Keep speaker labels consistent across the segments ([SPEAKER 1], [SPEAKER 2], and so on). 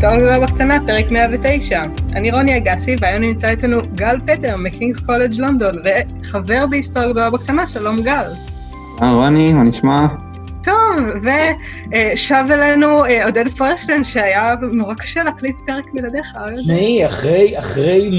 [SPEAKER 1] היסטוריה גדולה בקטנה, פרק 109. אני רוני אגסי, והיום נמצא איתנו גל פטר מקינגס קולג' לונדון, וחבר בהיסטוריה גדולה בקטנה. שלום גל.
[SPEAKER 2] רוני, מה נשמע?
[SPEAKER 1] טוב, ושב אלינו עודד פרשטיין, שהיה נורא קשה להקליט פרק בלעדיך.
[SPEAKER 3] תשמעי, אחרי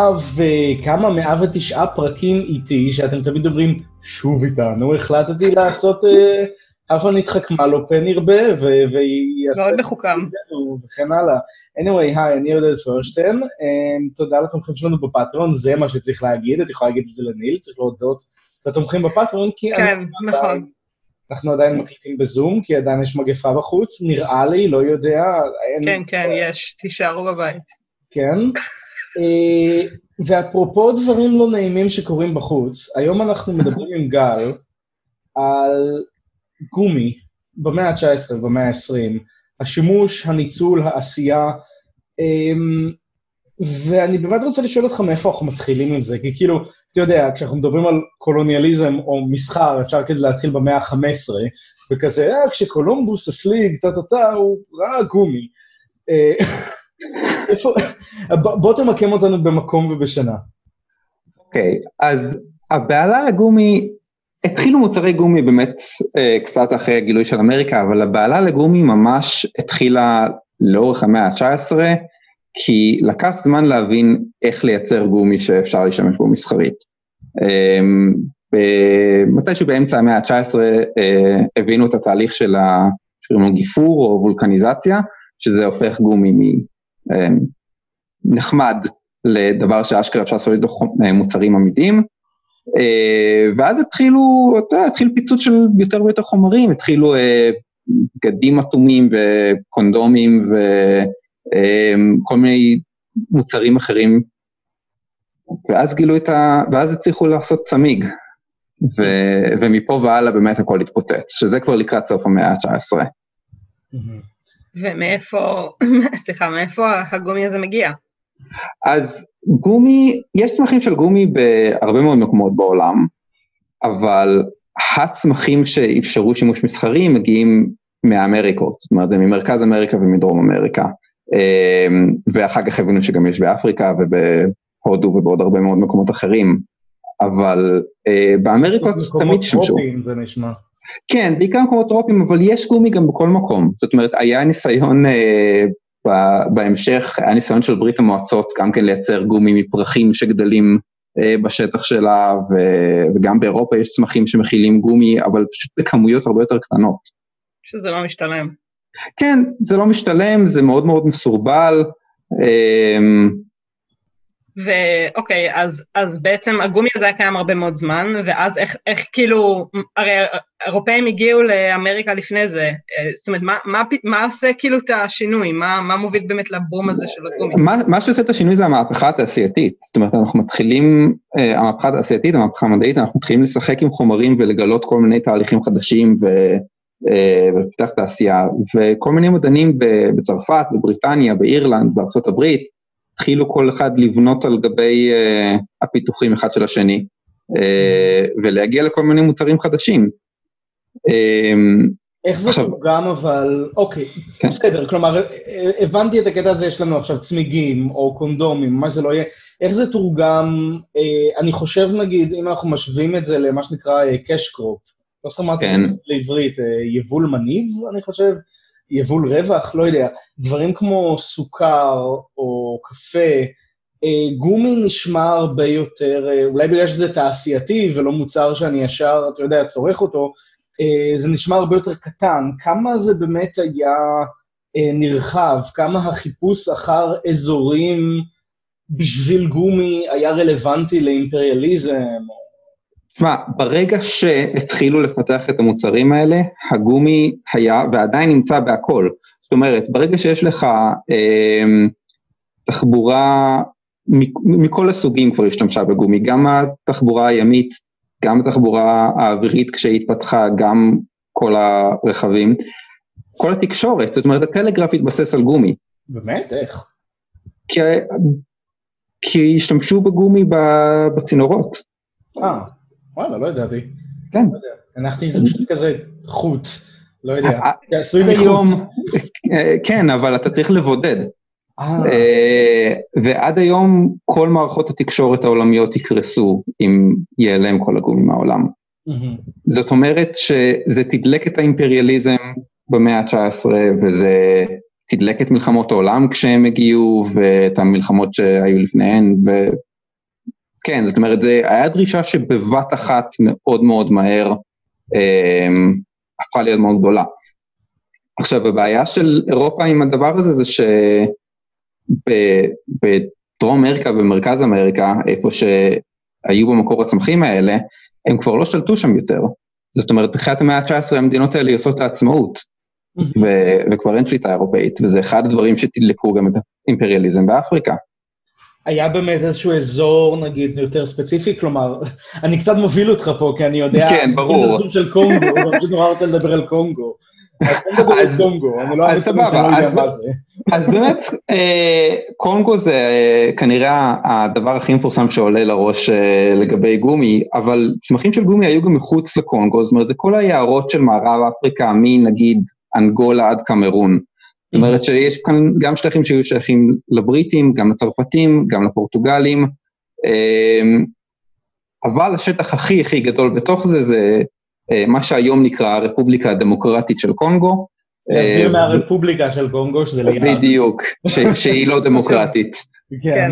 [SPEAKER 3] 109 פרקים איתי, שאתם תמיד אומרים, שוב איתנו, החלטתי לעשות הבה נתחכמה לו פן ירבה, ויעשה...
[SPEAKER 1] מאוד מחוכם.
[SPEAKER 3] וכן הלאה. anyway, היי, אני עודד פרשטיין, תודה לתומכים שלנו בפטריון, זה מה שצריך להגיד, את יכולה להגיד את זה לניל, צריך להודות לתומכים בפטריון, כי
[SPEAKER 1] כן, נכון.
[SPEAKER 3] אנחנו עדיין מקליטים בזום, כי עדיין יש מגפה בחוץ, נראה לי, לא יודע.
[SPEAKER 1] כן, כן, יש, תישארו בבית.
[SPEAKER 3] כן. ואפרופו דברים לא נעימים שקורים בחוץ, היום אנחנו מדברים עם גל על גומי במאה ה-19 ובמאה ה-20, השימוש, הניצול, העשייה, ואני באמת רוצה לשאול אותך מאיפה אנחנו מתחילים עם זה, כי כאילו, אתה יודע, כשאנחנו מדברים על קולוניאליזם או מסחר, אפשר כדי להתחיל במאה ה-15, וכזה, כשקולומבוס הפליג, הוא ראה גומי. בוא תמקם אותנו במקום ובשנה.
[SPEAKER 2] אוקיי, אז הבעלה לגומי, התחילו מוצרי גומי באמת קצת אחרי הגילוי של אמריקה, אבל הבעלה לגומי ממש התחילה לאורך המאה ה-19, כי לקח זמן להבין איך לייצר גומי שאפשר להשתמש בו מסחרית. מתישהו באמצע המאה ה-19 הבינו את התהליך של גיפור או וולקניזציה, שזה הופך גומי נחמד לדבר שאשכרה אפשר לעשות מוצרים עמידים, ואז התחיל פיצוץ של יותר ויותר חומרים, התחילו בגדים אטומים וקונדומים וכל מיני מוצרים אחרים, ואז הצליחו לעשות צמיג, ומפה והלאה באמת הכל התפוצץ, שזה כבר לקראת סוף המאה ה-19.
[SPEAKER 1] ומאיפה, מאיפה הגומי הזה מגיע?
[SPEAKER 2] אז גומי, יש צמחים של גומי בהרבה מאוד מקומות בעולם, אבל הצמחים שאפשרו שימוש מסחרי מגיעים מהאמריקות, זאת אומרת, זה ממרכז אמריקה ומדרום אמריקה, ואחר כך הבינו שגם יש באפריקה ובהודו ובעוד הרבה מאוד מקומות אחרים, אבל באמריקות תמיד שמשו.
[SPEAKER 3] זה נשמע.
[SPEAKER 2] כן, בעיקר מקומות טרופיים, אבל יש גומי גם בכל מקום, זאת אומרת, היה ניסיון בהמשך, היה ניסיון של ברית המועצות, גם כן לייצר גומי מפרחים שגדלים בשטח שלה, וגם באירופה יש צמחים שמכילים גומי, אבל פשוט בכמויות הרבה יותר קטנות.
[SPEAKER 1] שזה לא משתלם.
[SPEAKER 2] כן, זה לא משתלם, זה מאוד מאוד מסורבל.
[SPEAKER 1] ואוקיי, אז בעצם הגומי הזה היה קיים הרבה מאוד זמן, ואז איך כאילו, הרי האירופאים הגיעו לאמריקה לפני זה, זאת אומרת, מה עושה כאילו את השינוי? מה מוביל באמת לבום הזה של הגומי?
[SPEAKER 2] מה שעושה את השינוי זה המהפכה התעשייתית, זאת אומרת, אנחנו מתחילים, המהפכה התעשייתית, המהפכה המדעית, אנחנו מתחילים לשחק עם חומרים ולגלות כל מיני תהליכים חדשים ולפתח תעשייה, וכל מיני מדענים בצרפת, בבריטניה, באירלנד, בארצות הברית, התחילו כל אחד לבנות על גבי הפיתוחים אחד של השני, ולהגיע לכל מיני מוצרים חדשים.
[SPEAKER 3] איך זה תורגם אבל, אוקיי, בסדר, כלומר, הבנתי את הקטע הזה, יש לנו עכשיו צמיגים או קונדומים, מה זה לא יהיה, איך זה תורגם, אני חושב נגיד, אם אנחנו משווים את זה למה שנקרא cash crop, לא סכמתי לעברית, יבול מניב, אני חושב, יבול רווח, לא יודע, דברים כמו סוכר או קפה, גומי נשמע הרבה יותר, אולי בגלל שזה תעשייתי ולא מוצר שאני ישר, אתה יודע, צורך אותו, זה נשמע הרבה יותר קטן, כמה זה באמת היה נרחב, כמה החיפוש אחר אזורים בשביל גומי היה רלוונטי לאימפריאליזם,
[SPEAKER 2] תשמע, ברגע שהתחילו לפתח את המוצרים האלה, הגומי היה ועדיין נמצא בהכל. זאת אומרת, ברגע שיש לך תחבורה, מכל הסוגים כבר השתמשה בגומי, גם התחבורה הימית, גם התחבורה האווירית כשהיא התפתחה, גם כל הרכבים, כל התקשורת, זאת אומרת, הטלגרף התבסס על גומי.
[SPEAKER 3] באמת? איך?
[SPEAKER 2] כי השתמשו בגומי בצינורות.
[SPEAKER 3] וואלה, לא ידעתי.
[SPEAKER 2] כן.
[SPEAKER 3] הנחתי איזה פשוט כזה חוט לא יודע.
[SPEAKER 2] עד היום, כן, אבל אתה צריך לבודד. ועד היום כל מערכות התקשורת העולמיות יקרסו אם ייעלם כל הגומי מהעולם. זאת אומרת שזה תדלק את האימפריאליזם במאה ה-19 וזה תדלק את מלחמות העולם כשהם הגיעו ואת המלחמות שהיו לפניהן וכן, זאת אומרת זה היה דרישה שבבת אחת מאוד מאוד מהר הפכה להיות מאוד גדולה. עכשיו הבעיה של אירופה עם הדבר הזה זה בדרום אמריקה ובמרכז אמריקה, איפה שהיו במקור הצמחים האלה, הם כבר לא שלטו שם יותר. זאת אומרת, בתחילת המאה ה-19 המדינות האלה יוצאות העצמאות, וכבר אין שליטה אירופאית, וזה אחד הדברים שתדלקו גם את האימפריאליזם באפריקה.
[SPEAKER 3] היה באמת איזשהו אזור, נגיד, יותר ספציפי, כלומר, אני קצת מוביל אותך פה, כי אני יודע,
[SPEAKER 2] כן, ברור.
[SPEAKER 3] זה סכום של קונגו, ואני פשוט נורא רוצה לדבר על קונגו. אז
[SPEAKER 2] באמת קונגו זה כנראה הדבר הכי מפורסם שעולה לראש לגבי גומי, אבל צמחים של גומי היו גם מחוץ לקונגו, זאת אומרת זה כל היערות של מערב אפריקה מנגיד אנגולה עד קמרון, זאת אומרת שיש כאן גם שטחים שהיו שייכים לבריטים, גם לצרפתים, גם לפורטוגלים, אבל השטח הכי גדול בתוך זה מה שהיום נקרא הרפובליקה הדמוקרטית של קונגו.
[SPEAKER 3] להסביר מהרפובליקה של קונגו, שזה ליד.
[SPEAKER 2] בדיוק, שהיא לא דמוקרטית.
[SPEAKER 1] כן.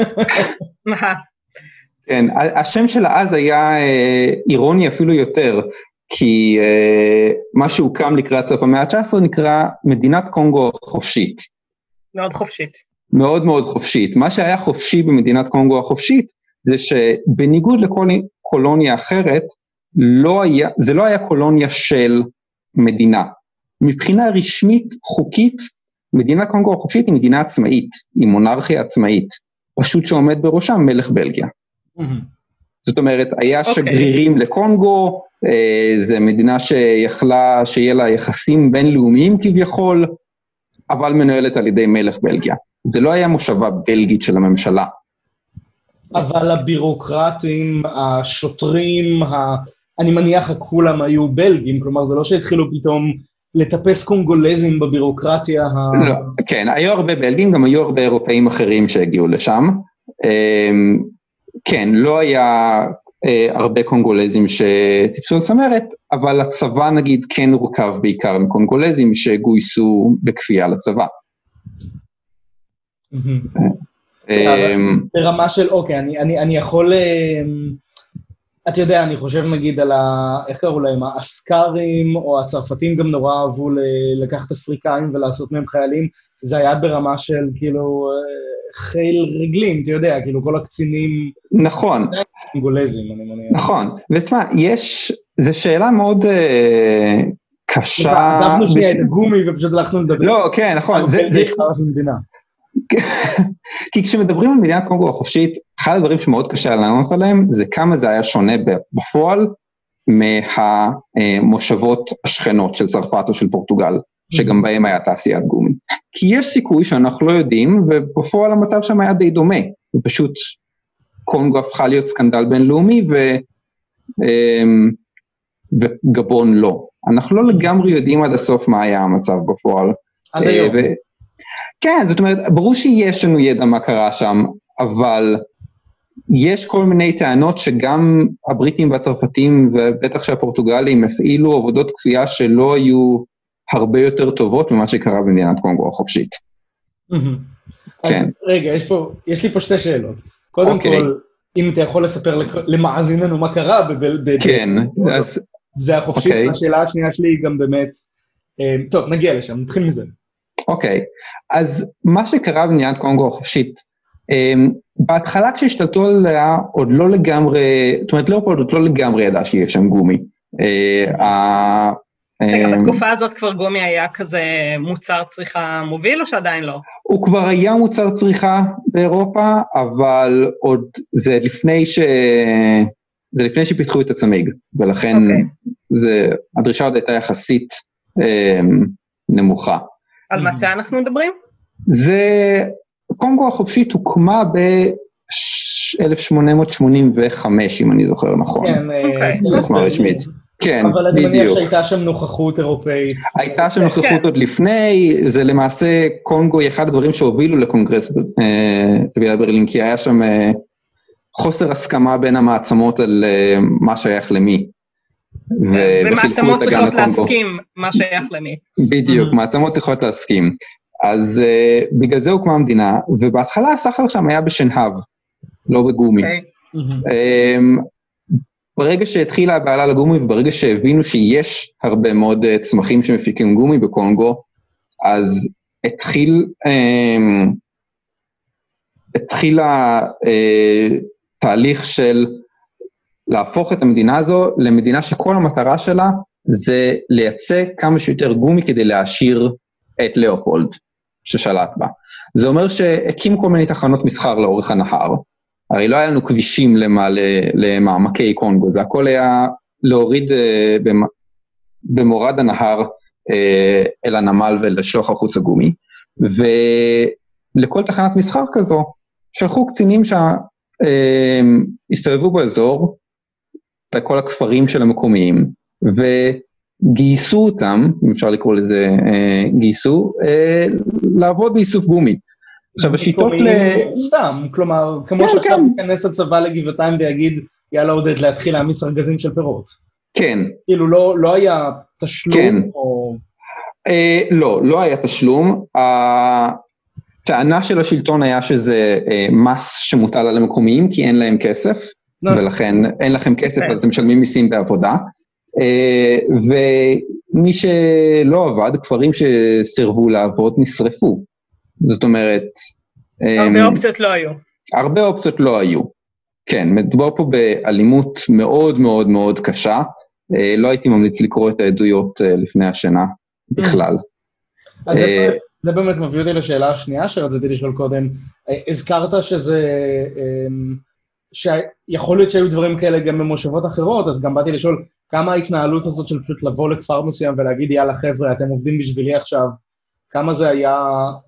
[SPEAKER 2] כן, השם שלה אז היה אירוני אפילו יותר, כי מה שהוקם לקראת סוף המאה ה-19 נקרא מדינת קונגו חופשית.
[SPEAKER 1] מאוד חופשית.
[SPEAKER 2] מאוד מאוד חופשית. מה שהיה חופשי במדינת קונגו החופשית, זה שבניגוד לכל קולוניה אחרת, זה לא היה קולוניה של מדינה. מבחינה רשמית, חוקית, מדינת קונגו החופשית היא מדינה עצמאית, היא מונרכיה עצמאית, פשוט שעומד בראשם מלך בלגיה. זאת אומרת, היה שגרירים לקונגו, זה מדינה שיכלה שיהיה לה יחסים בינלאומיים כביכול, אבל מנוהלת על ידי מלך בלגיה. זה לא היה מושבה בלגית של הממשלה.
[SPEAKER 3] אבל הבירוקרטים, השוטרים, אני מניח כולם היו בלגים, כלומר זה לא שהתחילו פתאום לטפס קונגולזים בבירוקרטיה.
[SPEAKER 2] לא, כן, היו הרבה בלגים, גם היו הרבה אירופאים אחרים שהגיעו לשם. כן, לא היה הרבה קונגולזים שטיפסו לצמרת, אבל הצבא נגיד כן הורכב בעיקר מקונגולזים שגויסו בכפייה לצבא.
[SPEAKER 3] ברמה של, אוקיי, אני יכול, אתה יודע, אני חושב נגיד על איך קראו להם, האסקרים או הצרפתים גם נורא אהבו לקחת אפריקאים ולעשות מהם חיילים, זה היה ברמה של כאילו חיל רגלים, אתה יודע, כאילו כל הקצינים...
[SPEAKER 2] נכון.
[SPEAKER 3] קונגולזים, אני מניח.
[SPEAKER 2] נכון, ותשמע, זו שאלה מאוד קשה...
[SPEAKER 3] עזבנו שנייה את הגומי ופשוט הלכנו לדבר.
[SPEAKER 2] לא, כן, נכון.
[SPEAKER 3] זה חרא של מדינה.
[SPEAKER 2] כי כשמדברים על מדינת קונגו החופשית, אחד הדברים שמאוד קשה לענות עליהם, זה כמה זה היה שונה בפועל מהמושבות השכנות של צרפת או של פורטוגל, שגם בהם היה תעשיית גומי. כי יש סיכוי שאנחנו לא יודעים, ובפועל המצב שם היה די דומה, ופשוט קונגו הפכה להיות סקנדל בינלאומי, וגבון לא. אנחנו לא לגמרי יודעים עד הסוף מה היה המצב בפועל.
[SPEAKER 3] עד היום.
[SPEAKER 2] כן, זאת אומרת, ברור שיש לנו ידע מה קרה שם, אבל יש כל מיני טענות שגם הבריטים והצרפתים, ובטח שהפורטוגלים, הפעילו עבודות כפייה שלא היו הרבה יותר טובות ממה שקרה במדינת קונגו החופשית.
[SPEAKER 3] אז רגע, יש לי פה שתי שאלות. קודם כל, אם אתה יכול לספר למאזיננו מה קרה,
[SPEAKER 2] כן, אז...
[SPEAKER 3] זה החופשית, השאלה השנייה שלי היא גם באמת, טוב, נגיע לשם, נתחיל מזה.
[SPEAKER 2] אוקיי, אז מה שקרה במדינת קונגו החופשית, בהתחלה כשהשתלטו עליה עוד לא לגמרי, זאת אומרת לאופולד עוד לא לגמרי ידע שיש שם גומי.
[SPEAKER 1] בתקופה הזאת כבר גומי היה כזה מוצר צריכה מוביל או שעדיין לא?
[SPEAKER 2] הוא כבר היה מוצר צריכה באירופה, אבל עוד זה לפני שפיתחו את הצמיג, ולכן הדרישה עוד הייתה יחסית נמוכה.
[SPEAKER 1] על מתי אנחנו מדברים?
[SPEAKER 2] קונגו החופשית הוקמה ב-1885, אם אני זוכר נכון.
[SPEAKER 3] כן,
[SPEAKER 2] הוקמה רשמית. כן,
[SPEAKER 3] אבל אני מניח
[SPEAKER 2] בדיוק.
[SPEAKER 3] שהייתה שם נוכחות אירופאית.
[SPEAKER 2] הייתה שם נוכחות עוד לפני, זה למעשה קונגו היא אחד הדברים שהובילו לקונגרס בוועידת ברלין, כי היה שם חוסר הסכמה בין המעצמות על מה שייך למי.
[SPEAKER 1] ומעצמות צריכות להסכים מה שייך למי.
[SPEAKER 2] בדיוק, מעצמות צריכות להסכים. אז בגלל זה הוקמה המדינה, ובהתחלה הסחר שם היה בשנהב, לא בגומי. ברגע שהתחילה הבעלה לגומי, וברגע שהבינו שיש הרבה מאוד צמחים שמפיקים גומי בקונגו, אז התחיל התהליך של להפוך את המדינה הזו למדינה שכל המטרה שלה זה לייצא כמה שיותר גומי כדי להעשיר את לאופולד ששלט בה. זה אומר שהקים כל מיני תחנות מסחר לאורך הנהר, הרי לא היה לנו כבישים למעמקי קונגו, זה הכל היה להוריד במורד הנהר אל הנמל ולשלוח החוץ הגומי, ולכל תחנת מסחר כזו שלחו קצינים שהסתובבו באזור, בכל הכפרים של המקומיים, וגייסו אותם, אם אפשר לקרוא לזה גייסו, לעבוד באיסוף גומי. עכשיו השיטות
[SPEAKER 3] סתם, כלומר, כמו שעכשיו תיכנס הצבא לגבעתיים ויגיד, יאללה עודד להתחיל להעמיס ארגזים של פירות.
[SPEAKER 2] כן.
[SPEAKER 3] כאילו לא היה תשלום או...
[SPEAKER 2] לא היה תשלום. הטענה של השלטון היה שזה מס שמוטל על המקומיים, כי אין להם כסף, ולכן אין לכם כסף, אז אתם משלמים מיסים בעבודה. ומי שלא עבד, כפרים שסירבו לעבוד נשרפו. זאת אומרת...
[SPEAKER 1] הרבה אופציות לא היו.
[SPEAKER 2] הרבה אופציות לא היו. כן, מדובר פה באלימות מאוד מאוד מאוד קשה. לא הייתי ממליץ לקרוא את העדויות לפני השינה בכלל.
[SPEAKER 3] אז זה באמת מביא אותי לשאלה השנייה שרציתי לשאול קודם. הזכרת שזה... שיכול להיות שהיו דברים כאלה גם במושבות אחרות, אז גם באתי לשאול כמה ההתנהלות הזאת של פשוט לבוא לכפר מסוים ולהגיד, יאללה חבר'ה, אתם עובדים בשבילי עכשיו, כמה זה היה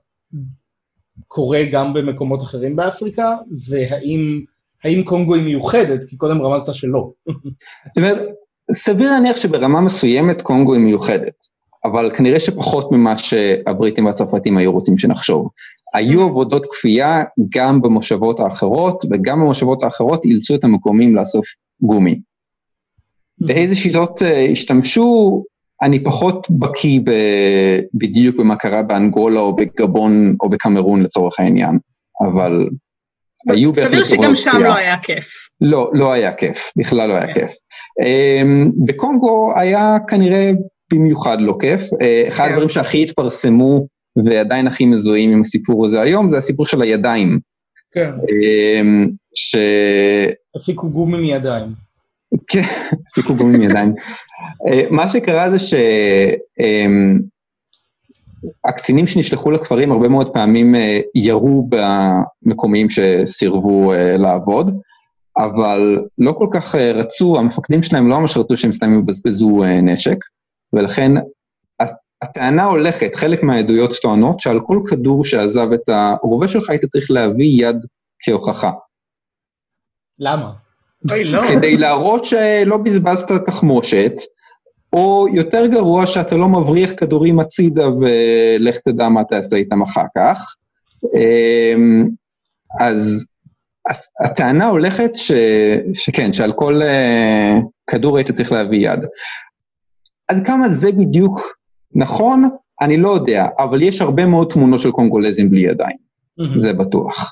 [SPEAKER 3] קורה גם במקומות אחרים באפריקה, והאם קונגו היא מיוחדת, כי קודם רמזת שלא.
[SPEAKER 2] זאת אומרת, סביר להניח שברמה מסוימת קונגו היא מיוחדת, אבל כנראה שפחות ממה שהבריטים והצרפתים היו רוצים שנחשוב. היו עבודות כפייה גם במושבות האחרות, וגם במושבות האחרות אילצו את המקומים לאסוף גומי. באיזה שיטות השתמשו, אני פחות בקיא בדיוק במה קרה באנגולה או בגבון או בקמרון לצורך העניין, אבל היו
[SPEAKER 1] סביר שגם שם לא היה כיף.
[SPEAKER 2] לא היה כיף, בכלל לא היה כיף. בקונגו היה כנראה במיוחד לא כיף, אחד הדברים שהכי התפרסמו ועדיין הכי מזוהים עם הסיפור הזה היום, זה הסיפור של הידיים.
[SPEAKER 3] כן. הפיקו גומי מידיים.
[SPEAKER 2] כן, הפיקו גומי מידיים. מה שקרה זה שהקצינים שנשלחו לכפרים הרבה מאוד פעמים ירו במקומיים שסירבו לעבוד, אבל לא כל כך רצו, המפקדים שלהם לא ממש רצו שהם סתם יבזבזו נשק, ולכן הטענה הולכת, חלק מהעדויות טוענות, שעל כל כדור שעזב את הרובה שלך, היית צריך להביא יד כהוכחה.
[SPEAKER 3] למה?
[SPEAKER 2] כדי להראות שלא בזבזת תחמושת, או יותר גרוע שאתה לא מבריח כדורים הצידה, ולך תדע מה תעשה איתם אחר כך. אז הטענה הולכת שכן, שעל כל כדור היית צריך להביא יד. עד כמה זה בדיוק נכון, אני לא יודע, אבל יש הרבה מאוד תמונות של קונגולזים בלי ידיים, זה בטוח.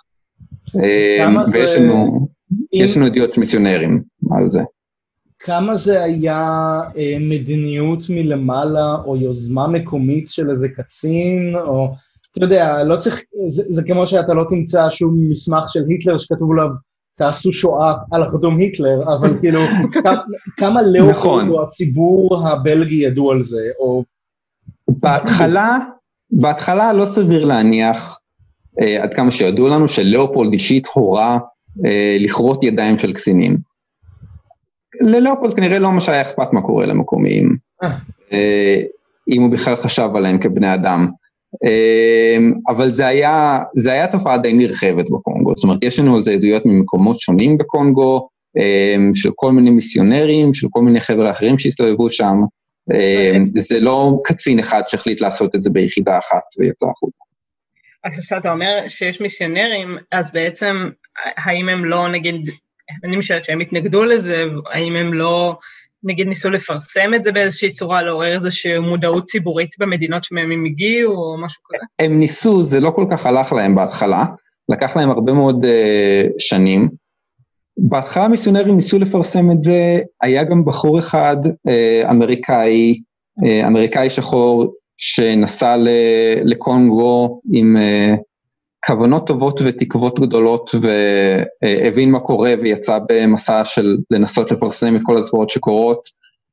[SPEAKER 2] ויש לנו עדויות מיסיונרים על זה.
[SPEAKER 3] כמה זה היה מדיניות מלמעלה, או יוזמה מקומית של איזה קצין, או, אתה יודע, לא צריך, זה כמו שאתה לא תמצא שום מסמך של היטלר שכתוב עליו, תעשו שואה על החתום היטלר, אבל כאילו, כמה לאופולד או הציבור הבלגי ידעו על זה, או...
[SPEAKER 2] בהתחלה לא סביר להניח, עד כמה שידעו לנו, שלאופולד אישית הורה לכרות ידיים של קצינים. ללאופולד כנראה לא ממש היה אכפת מה קורה למקומיים, אם הוא בכלל חשב עליהם כבני אדם. אבל זה היה תופעה די נרחבת בקונגו, זאת אומרת, יש לנו על זה עדויות ממקומות שונים בקונגו, של כל מיני מיסיונרים, של כל מיני חבר'ה אחרים שהסתובבו שם, זה לא קצין אחד שהחליט לעשות את זה ביחידה אחת ויצא החוצה.
[SPEAKER 1] אז אתה אומר שיש מיסיונרים, אז בעצם האם הם לא, נגיד, אני משלת שהם התנגדו לזה, האם הם לא, נגיד, ניסו לפרסם את זה באיזושהי צורה, לעורר איזושהי מודעות ציבורית במדינות שמהם הם הגיעו, או משהו כזה?
[SPEAKER 2] הם ניסו, זה לא כל כך הלך להם בהתחלה, לקח להם הרבה מאוד שנים. בהתחלה המיסיונרים ניסו לפרסם את זה, היה גם בחור אחד, אמריקאי שחור, שנסע לקונגו עם כוונות טובות ותקוות גדולות, והבין מה קורה ויצא במסע של לנסות לפרסם את כל הזוועות שקורות,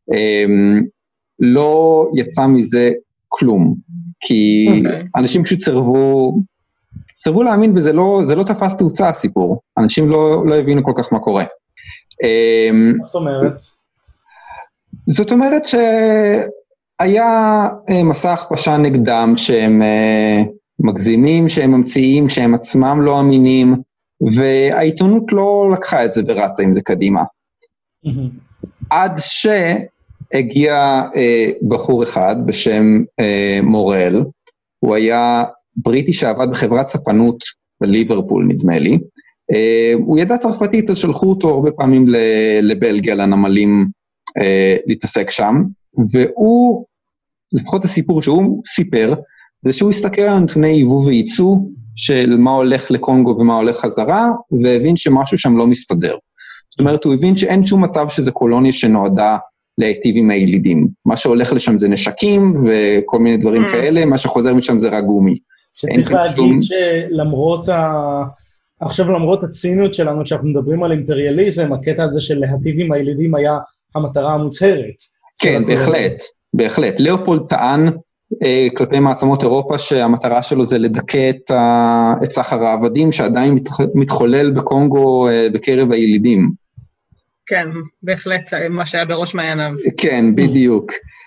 [SPEAKER 2] לא יצא מזה כלום, כי אנשים פשוט סירבו להאמין, וזה לא תפס תאוצה הסיפור, אנשים לא הבינו כל כך מה קורה.
[SPEAKER 3] מה זאת אומרת?
[SPEAKER 2] זאת אומרת שהיה מסע הכפשה נגדם, שהם מגזימים, שהם ממציאים, שהם עצמם לא אמינים, והעיתונות לא לקחה את זה ורצה עם זה קדימה. עד שהגיע בחור אחד בשם מורל, הוא היה בריטי שעבד בחברת ספנות בליברפול נדמה לי, הוא ידע צרפתית, אז שלחו אותו הרבה פעמים לבלגיה, לנמלים להתעסק שם, והוא, לפחות הסיפור שהוא סיפר, זה שהוא הסתכל על נתוני ייבוא וייצוא, של מה הולך לקונגו ומה הולך חזרה, והבין שמשהו שם לא מסתדר. זאת אומרת, הוא הבין שאין שום מצב שזה קולוניה שנועדה להיטיב עם הילידים. מה שהולך לשם זה נשקים וכל מיני דברים כאלה, מה שחוזר משם זה רק גומי.
[SPEAKER 3] שצריך להגיד שלמרות עכשיו למרות הציניות שלנו, כשאנחנו מדברים על אימפריאליזם, הקטע הזה של להיטיב עם הילידים היה המטרה המוצהרת.
[SPEAKER 2] כן, בהחלט. ליאופולד טען כלפי מעצמות אירופה, שהמטרה שלו זה לדכא את סחר העבדים, שעדיין מתחולל בקונגו בקרב הילידים.
[SPEAKER 1] כן, בהחלט, מה שהיה בראש מעייניו.
[SPEAKER 2] כן, בדיוק.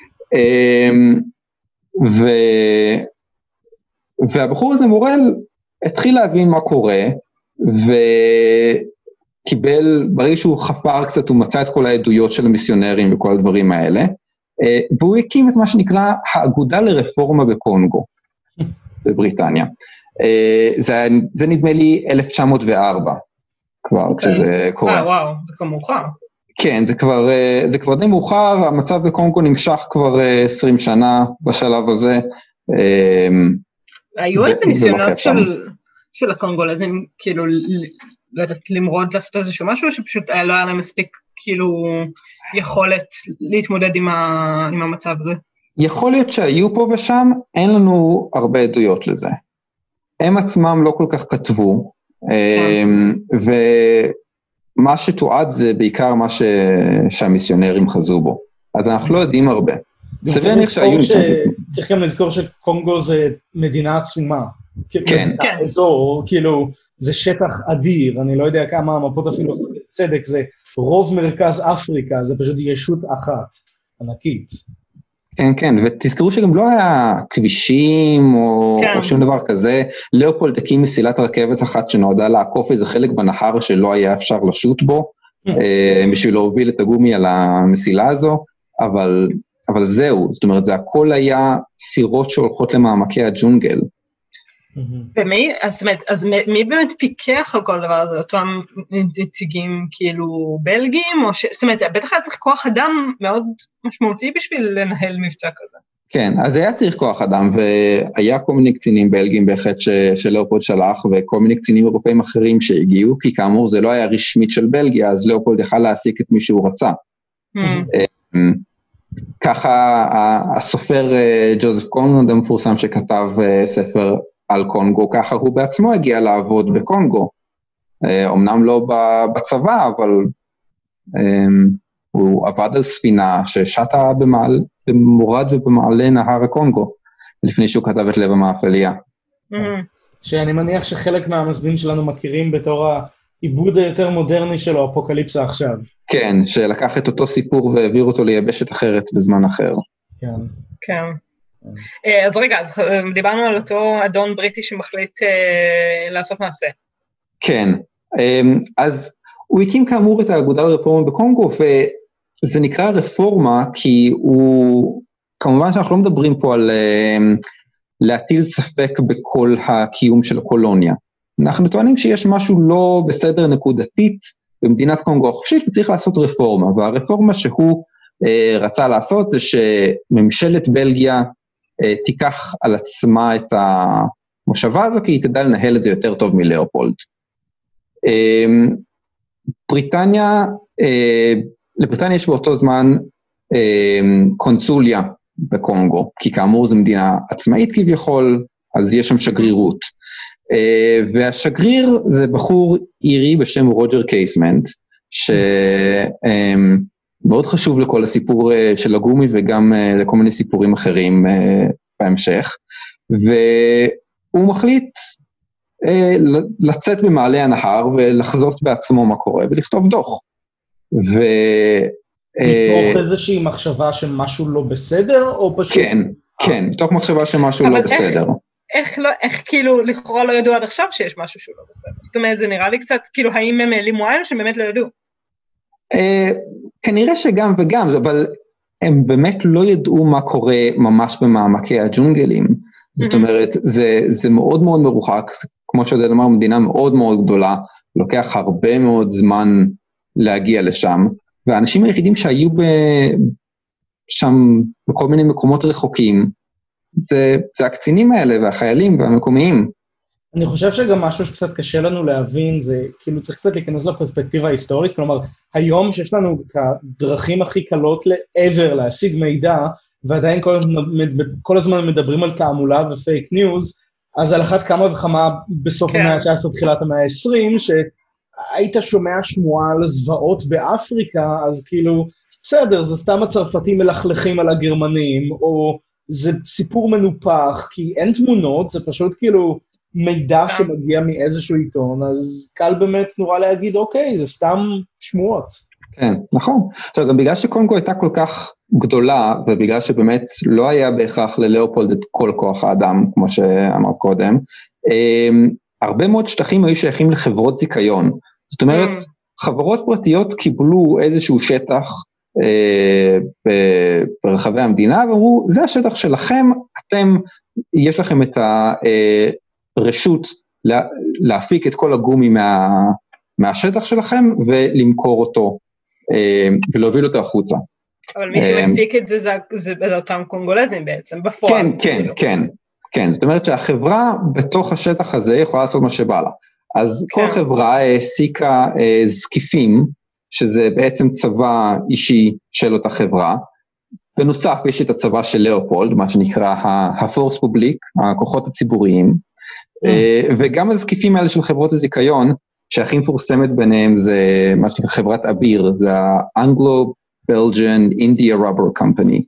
[SPEAKER 2] והבחור הזה מורל התחיל להבין מה קורה, וקיבל, ברגע שהוא חפר קצת, הוא מצא את כל העדויות של המיסיונרים וכל הדברים האלה, והוא הקים את מה שנקרא האגודה לרפורמה בקונגו, בבריטניה. זה נדמה לי 1904, כבר, כשזה קורה.
[SPEAKER 1] וואו, זה כבר מאוחר.
[SPEAKER 2] כן, זה כבר די מאוחר, המצב בקונגו נמשך כבר 20 שנה בשלב הזה.
[SPEAKER 1] היו איזה ניסיונות של הקונגולזים, כאילו, לא יודעת, למרוד לעשות איזשהו משהו, שפשוט לא היה להם מספיק, כאילו, יכולת להתמודד עם המצב הזה? יכול
[SPEAKER 2] להיות שהיו פה ושם, אין לנו הרבה עדויות לזה. הם עצמם לא כל כך כתבו, ומה שתועד זה בעיקר מה שהמיסיונרים חזו בו. אז אנחנו לא יודעים הרבה.
[SPEAKER 3] צריך גם לזכור שקונגו זה מדינה עצומה.
[SPEAKER 2] כן.
[SPEAKER 3] אזור, כאילו, זה שטח אדיר, אני לא יודע כמה המפות אפילו בצדק, זה רוב מרכז אפריקה, זה פשוט ישות אחת, ענקית.
[SPEAKER 2] כן, כן, ותזכרו שגם לא היה כבישים או שום דבר כזה, ליאופולד הקים מסילת רכבת אחת שנועדה לעקוף איזה חלק בנהר שלא היה אפשר לשוט בו, בשביל להוביל את הגומי על המסילה הזו, אבל זהו, זאת אומרת, זה הכל היה סירות שהולכות למעמקי הג'ונגל.
[SPEAKER 1] ומי, אז מי באמת פיקח על כל דבר הזה? אותם נציגים כאילו בלגים, או זאת אומרת, בטח היה צריך כוח אדם מאוד משמעותי בשביל לנהל מבצע כזה.
[SPEAKER 2] כן, אז היה צריך כוח אדם, והיה כל מיני קצינים בלגים בהחלט שלאופולד שלח, וכל מיני קצינים אירופאים אחרים שהגיעו, כי כאמור זה לא היה רשמית של בלגיה, אז לאופולד יכל להעסיק את מי שהוא רצה. ככה הסופר ג'וזף קונרד המפורסם שכתב ספר על קונגו, ככה הוא בעצמו הגיע לעבוד בקונגו, אמנם לא בצבא, אבל הוא עבד על ספינה ששטה במורד ובמעלה נהר הקונגו, לפני שהוא כתב את לב המאפליה.
[SPEAKER 3] שאני מניח שחלק מהמסדים שלנו מכירים בתור העיבוד היותר מודרני שלו, אפוקליפסה עכשיו.
[SPEAKER 2] כן, שלקח את אותו סיפור והעביר אותו ליבשת אחרת בזמן אחר.
[SPEAKER 3] כן.
[SPEAKER 1] כן. אז רגע, אז דיברנו על אותו אדון בריטי שמחליט לעשות מעשה.
[SPEAKER 2] כן, אז הוא הקים כאמור את האגודה לרפורמה בקונגו, וזה נקרא רפורמה, כי הוא, כמובן שאנחנו לא מדברים פה על להטיל ספק בכל הקיום של הקולוניה. אנחנו טוענים שיש משהו לא בסדר נקודתית במדינת קונגו החופשית, וצריך לעשות רפורמה, והרפורמה שהוא רצה לעשות זה שממשלת בלגיה תיקח על עצמה את המושבה הזו, כי היא תדע לנהל את זה יותר טוב מלאופולד. לבריטניה יש באותו זמן קונסוליה בקונגו, כי כאמור זו מדינה עצמאית כביכול, אז יש שם שגרירות. והשגריר זה בחור אירי בשם רוג'ר קייסמנט, שמאוד חשוב לכל הסיפור של הגומי, וגם לכל מיני סיפורים אחרים בהמשך, והוא מחליט לצאת במעלה הנהר, ולחזות בעצמו מה קורה, ולכתוב דוח.
[SPEAKER 3] מתוך איזושהי מחשבה שמשהו לא בסדר, או פשוט...
[SPEAKER 2] כן, מתוך מחשבה שמשהו לא בסדר.
[SPEAKER 1] איך כאילו לכאורה לא ידעו עד עכשיו שיש משהו שהוא לא בסדר? זאת אומרת, זה נראה לי קצת, כאילו, האם הם העלימו עין או שהם באמת לא ידעו?
[SPEAKER 2] כנראה שגם וגם, אבל הם באמת לא ידעו מה קורה ממש במעמקי הג'ונגלים. זאת אומרת, זה מאוד מאוד מרוחק, כמו שעודד אמר, מדינה מאוד מאוד גדולה, לוקח הרבה מאוד זמן להגיע לשם, והאנשים היחידים שהיו שם בכל מיני מקומות רחוקים, זה הקצינים האלה והחיילים והמקומיים.
[SPEAKER 3] אני חושב שגם משהו שקצת קשה לנו להבין, זה כאילו צריך קצת להיכנס לפרספקטיבה ההיסטורית, כלומר, היום שיש לנו את הדרכים הכי קלות לעבר להשיג מידע, ועדיין כל הזמן מדברים על תעמולה ופייק ניוז, אז על אחת כמה וכמה בסוף המאה ה-19 תחילת המאה ה-20, שהיית שומע שמועה על זוועות באפריקה, אז כאילו, בסדר, זה סתם הצרפתים מלכלכים על הגרמנים, או זה סיפור מנופח, כי אין תמונות, זה פשוט כאילו מידע שמגיע מאיזשהו עיתון, אז קל באמת נורא להגיד, אוקיי, זה סתם שמועות.
[SPEAKER 2] כן, נכון. עכשיו, גם בגלל שקונגו הייתה כל כך גדולה, ובגלל שבאמת לא היה בהכרח ללאופולד את כל כוח האדם, כמו שאמרת קודם, הרבה מאוד שטחים היו שייכים לחברות זיכיון. זאת אומרת, חברות פרטיות קיבלו איזשהו שטח ברחבי המדינה, ואמרו, זה השטח שלכם, יש לכם את הרשות להפיק את כל הגומי מהשטח שלכם, ולמכור אותו, ולהוביל אותו החוצה.
[SPEAKER 1] אבל מי שמפיק את זה, זה אותם קונגולזים בעצם, בפועל.
[SPEAKER 2] כן, זאת אומרת שהחברה בתוך השטח הזה יכולה לעשות מה שבא לה. אז כל חברה העסיקה זקיפים, שזה בעצם צבא אישי של אותה חברה, בנוסף יש את הצבא של לאופולד, מה שנקרא הפורס פובליק, הכוחות הציבוריים, וגם הזקיפים האלה של חברות הזיכיון, שהכי מפורסמת ביניהם זה מה שנקרא חברת אביר, זה ה-Anglo-Belgian India Rubber Company,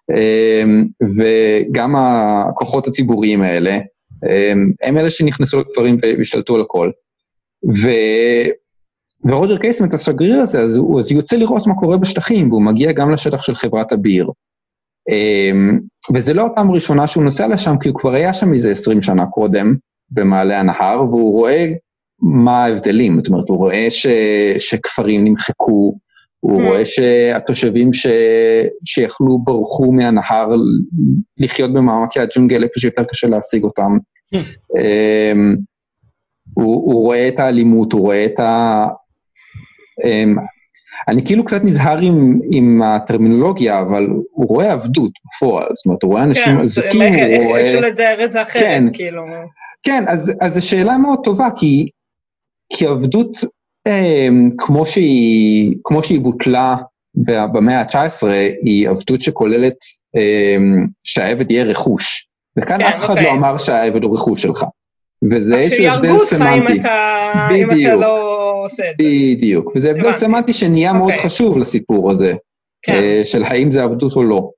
[SPEAKER 2] וגם הכוחות הציבוריים האלה, הם אלה שנכנסו לכפרים והשתלטו על הכל, ורוג'ר קייסמנט, השגריר הזה, אז הוא יוצא לראות מה קורה בשטחים, והוא מגיע גם לשטח של חברת אביר, וזה לא הפעם הראשונה שהוא נוסע לשם, כי הוא כבר היה שם איזה 20 שנה קודם, במעלה הנהר, והוא רואה מה ההבדלים, זאת אומרת, הוא רואה שכפרים נמחקו, הוא רואה שהתושבים שיכלו ברחו מהנהר לחיות במעמקי הג'ונגל, איפה שיותר קשה להשיג אותם. הוא רואה את האלימות, הוא רואה את אני כאילו קצת נזהר עם הטרמינולוגיה, אבל הוא רואה עבדות בפועל, זאת אומרת, הוא רואה אנשים עזוקים,
[SPEAKER 1] הוא רואה... איך אפשר לדבר את זה אחרת, כאילו.
[SPEAKER 2] כן, אז זו שאלה מאוד טובה, כי עבדות, כמו שהיא בוטלה במאה ה-19, היא עבדות שכוללת שהעבד יהיה רכוש, וכאן אף אחד לא אמר שהעבד הוא רכוש שלך, וזה איזשהו הבדל סמנטי.
[SPEAKER 1] אם אתה לא עושה את זה.
[SPEAKER 2] בדיוק, וזה הבדל סמנטי שנהיה מאוד חשוב לסיפור הזה, של האם זה עבדות או לא.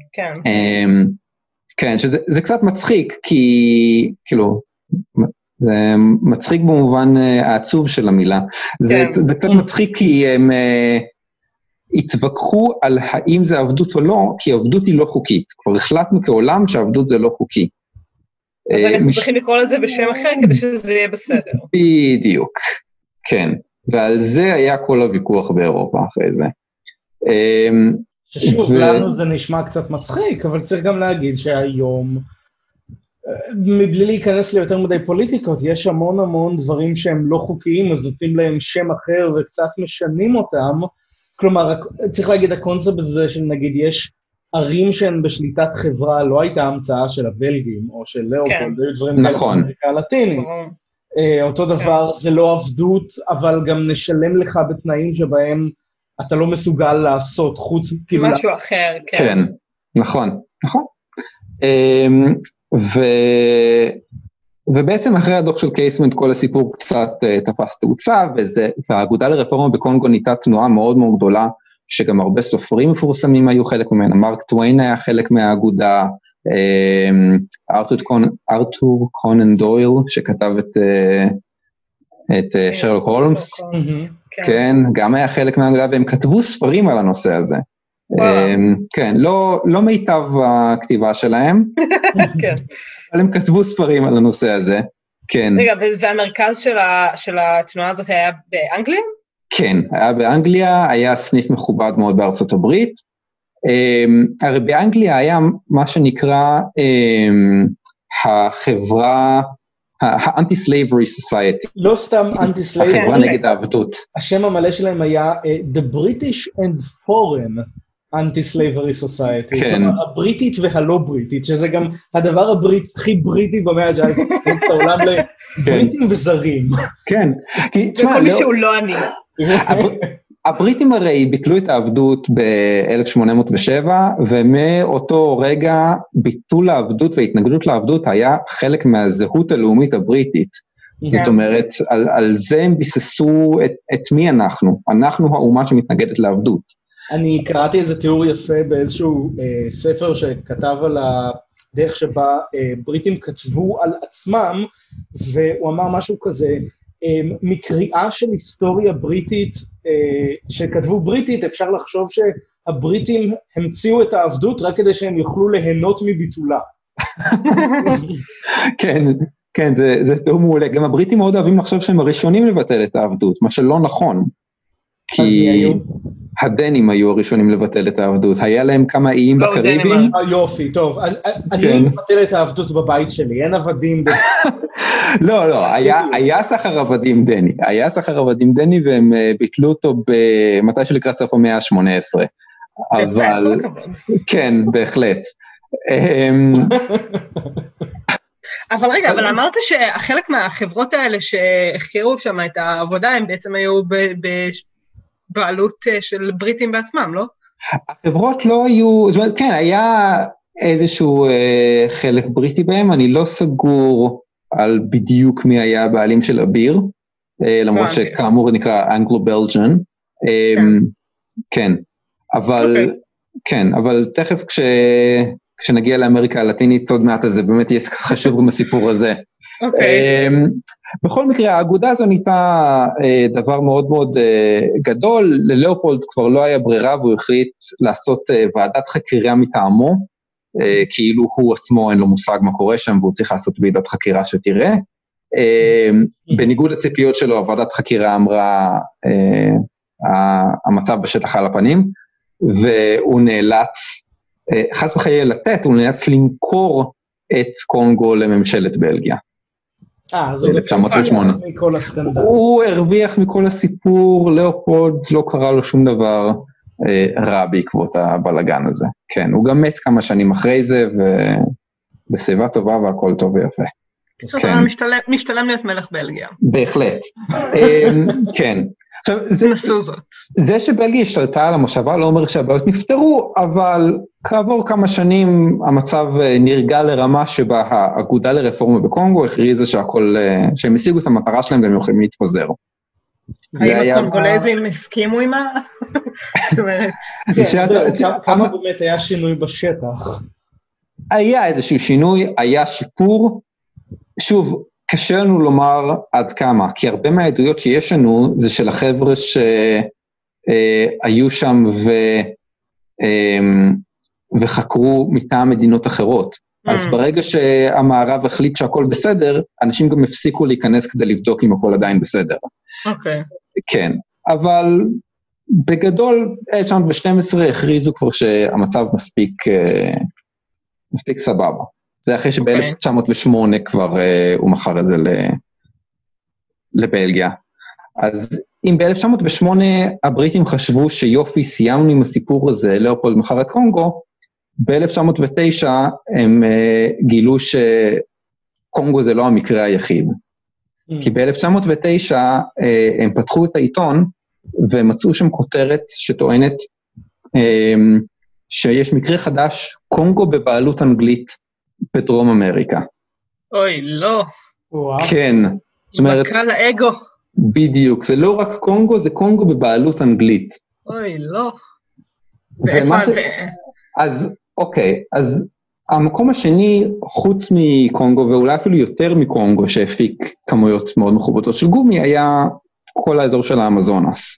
[SPEAKER 2] כן, שזה קצת מצחיק, כי כאילו, זה מצחיק במובן העצוב של המילה, זה קצת מצחיק כי הם התווכחו על האם זה עבדות או לא, כי עבדות היא לא חוקית, כבר החלטנו כעולם שעבדות זה לא חוקי.
[SPEAKER 1] אז אנחנו צריכים לקרוא לזה בשם אחר, כדי שזה יהיה בסדר.
[SPEAKER 2] בדיוק, כן. ועל זה היה כל הוויכוח באירופה אחרי זה.
[SPEAKER 3] ששוב, לנו זה נשמע קצת מצחיק, אבל צריך גם להגיד שהיום, מבלי להיכנס ליותר מדי פוליטיקות, יש המון דברים שהם לא חוקיים, אז נותנים להם שם אחר וקצת משנים אותם. כלומר, צריך להגיד, הקונספט הזה של נגיד יש ערים שהן בשליטת חברה, לא הייתה המצאה של הבלגים או של לאופולד, היו דברים כאלה באמריקה הלטינית. אותו דבר, זה לא עבדות, אבל גם נשלם לך בתנאים שבהם אתה לא מסוגל לעשות חוץ כאילו...
[SPEAKER 1] משהו אחר, כן.
[SPEAKER 2] כן, נכון. ובעצם אחרי הדוח של קייסמנט כל הסיפור קצת תפס תאוצה, והאגודה לרפורמה בקונגו נהייתה תנועה מאוד מאוד גדולה, שגם הרבה סופרים מפורסמים היו חלק ממנה, מרק טוויין היה חלק מהאגודה, ארתור קונן דויל, שכתב את שרלוק הולמס, כן, גם היה חלק מהאגודה, והם כתבו ספרים על הנושא הזה. כן, לא מיטב הכתיבה שלהם, אבל הם כתבו ספרים על הנושא הזה, כן.
[SPEAKER 1] רגע, והמרכז של התנועה הזאת היה באנגליה?
[SPEAKER 2] כן, היה באנגליה, היה סניף מכובד מאוד בארצות הברית, הרי באנגליה היה מה שנקרא החברה, ה-Anti-Slavery Society.
[SPEAKER 3] לא סתם Anti-Slavery.
[SPEAKER 2] החברה נגד העבדות.
[SPEAKER 3] השם המלא שלהם היה The British and Foreign Anti-Slavery Society.
[SPEAKER 2] כן.
[SPEAKER 3] כלומר, הבריטית והלא בריטית, שזה גם הדבר הכי בריטי במאה ה-19, את העולם לבריטים וזרים.
[SPEAKER 2] כן.
[SPEAKER 1] וכל מי שהוא לא אני.
[SPEAKER 2] הבריטים הרי ביטלו את העבדות ב-1807, ומאותו רגע ביטול העבדות וההתנגדות לעבדות היה חלק מהזהות הלאומית הבריטית. זאת אומרת, על זה הם ביססו את מי אנחנו. אנחנו האומה שמתנגדת לעבדות.
[SPEAKER 3] אני קראתי איזה תיאור יפה באיזשהו ספר שכתב על הדרך שבה בריטים כתבו על עצמם, והוא אמר משהו כזה, מקריאה של היסטוריה בריטית, שכתבו בריטית, אפשר לחשוב שהבריטים המציאו את העבדות רק כדי שהם יוכלו ליהנות מביטולה.
[SPEAKER 2] כן, זה תיאור מעולה. גם הבריטים מאוד אוהבים לחשוב שהם הראשונים לבטל את העבדות, מה שלא נכון. כי הדנים היו הראשונים לבטל את העבדות. היה להם כמה איים בקריבים.
[SPEAKER 3] יופי, טוב. אני מבטל את העבדות בבית שלי, אין עבדים.
[SPEAKER 2] לא, היה סחר עבדים דני. היה סחר עבדים דני, והם ביטלו אותו במתי שלקראת סוף המאה ה-18. אבל, כן, בהחלט.
[SPEAKER 1] אבל רגע, אבל אמרת שהחלק מהחברות האלה שהחקרו שם את העבודה, הם בעצם היו בבעלות של בריטים בעצמם, לא?
[SPEAKER 2] החברות לא היו, זאת אומרת, כן, היה איזשהו חלק בריטי בהם, אני לא סגור על בדיוק מי היה הבעלים של אביר, למרות שכאמור נקרא אנגלו-בלג'ן, כן, אבל תכף כשנגיע לאמריקה הלטינית, עוד מעט הזה, באמת יהיה חשוב גם הסיפור הזה. בכל מקרה, האגודה הזו נהייתה דבר מאוד מאוד גדול, ללאופולד כבר לא היה ברירה, והוא החליט לעשות ועדת חקירה מטעמו, כאילו הוא עצמו אין לו מושג מה קורה שם, והוא צריך לעשות ועדת חקירה שתראה. בניגוד לציפיות שלו, הוועדת חקירה אמרה, המצב בשטח על הפנים, והוא נאלץ, חס וחלילה לתת, הוא נאלץ למכור את קונגו לממשלת בלגיה.
[SPEAKER 3] אז הוא הרוויח מכל הסקנדל.
[SPEAKER 2] הוא הרוויח מכל הסיפור, לאופולד לא קרה לו שום דבר רע בעקבות הבלגן הזה. כן, הוא גם מת כמה שנים אחרי זה, ובסביבה טובה והכל טוב ויפה.
[SPEAKER 1] משתלם להיות מלך בלגיה.
[SPEAKER 2] בהחלט, כן. עכשיו, זה שבלגיה השתלטה על המושבה לא אומר שהבעיות נפתרו, אבל כעבור כמה שנים המצב נרגע לרמה שבה האגודה לרפורמה בקונגו הכריזה שהם השיגו את המטרה שלהם והם יכולים להתפזר.
[SPEAKER 1] האם הקונגולזים הסכימו עם זאת אומרת...
[SPEAKER 3] כמה באמת היה שינוי בשטח?
[SPEAKER 2] היה איזשהו שינוי, היה שיפור, שוב, קשה לנו לומר עד כמה, כי הרבה מהעדויות שיש לנו זה של החבר'ה שהיו שם וחקרו מטעם מדינות אחרות. אז ברגע שהמערב החליט שהכל בסדר, אנשים גם הפסיקו להיכנס כדי לבדוק אם הכל עדיין בסדר.
[SPEAKER 1] אוקיי.
[SPEAKER 2] כן, אבל בגדול 1912 הכריזו כבר שהמצב מספיק סבבה. זה אחרי שב-1908 כבר הוא מכר את זה לבלגיה. אז אם ב-1908 הבריטים חשבו שיופי, סיימנו עם הסיפור הזה, לאופולד מכר את קונגו, ב-1909 הם גילו שקונגו זה לא המקרה היחיד. כי ב-1909 הם פתחו את העיתון, ומצאו שם כותרת שטוענת שיש מקרה חדש, קונגו בבעלות אנגלית בדרום אמריקה.
[SPEAKER 1] אוי, לא.
[SPEAKER 2] כן. זאת אומרת,
[SPEAKER 1] בקל האגו.
[SPEAKER 2] בדיוק, זה לא רק קונגו, זה קונגו בבעלות אנגלית.
[SPEAKER 1] אוי, לא.
[SPEAKER 2] אז, אוקיי, אז המקום השני, חוץ מקונגו, ואולי אפילו יותר מקונגו, שהפיק כמויות מאוד מכובדות של גומי, היה כל האזור של האמזונס.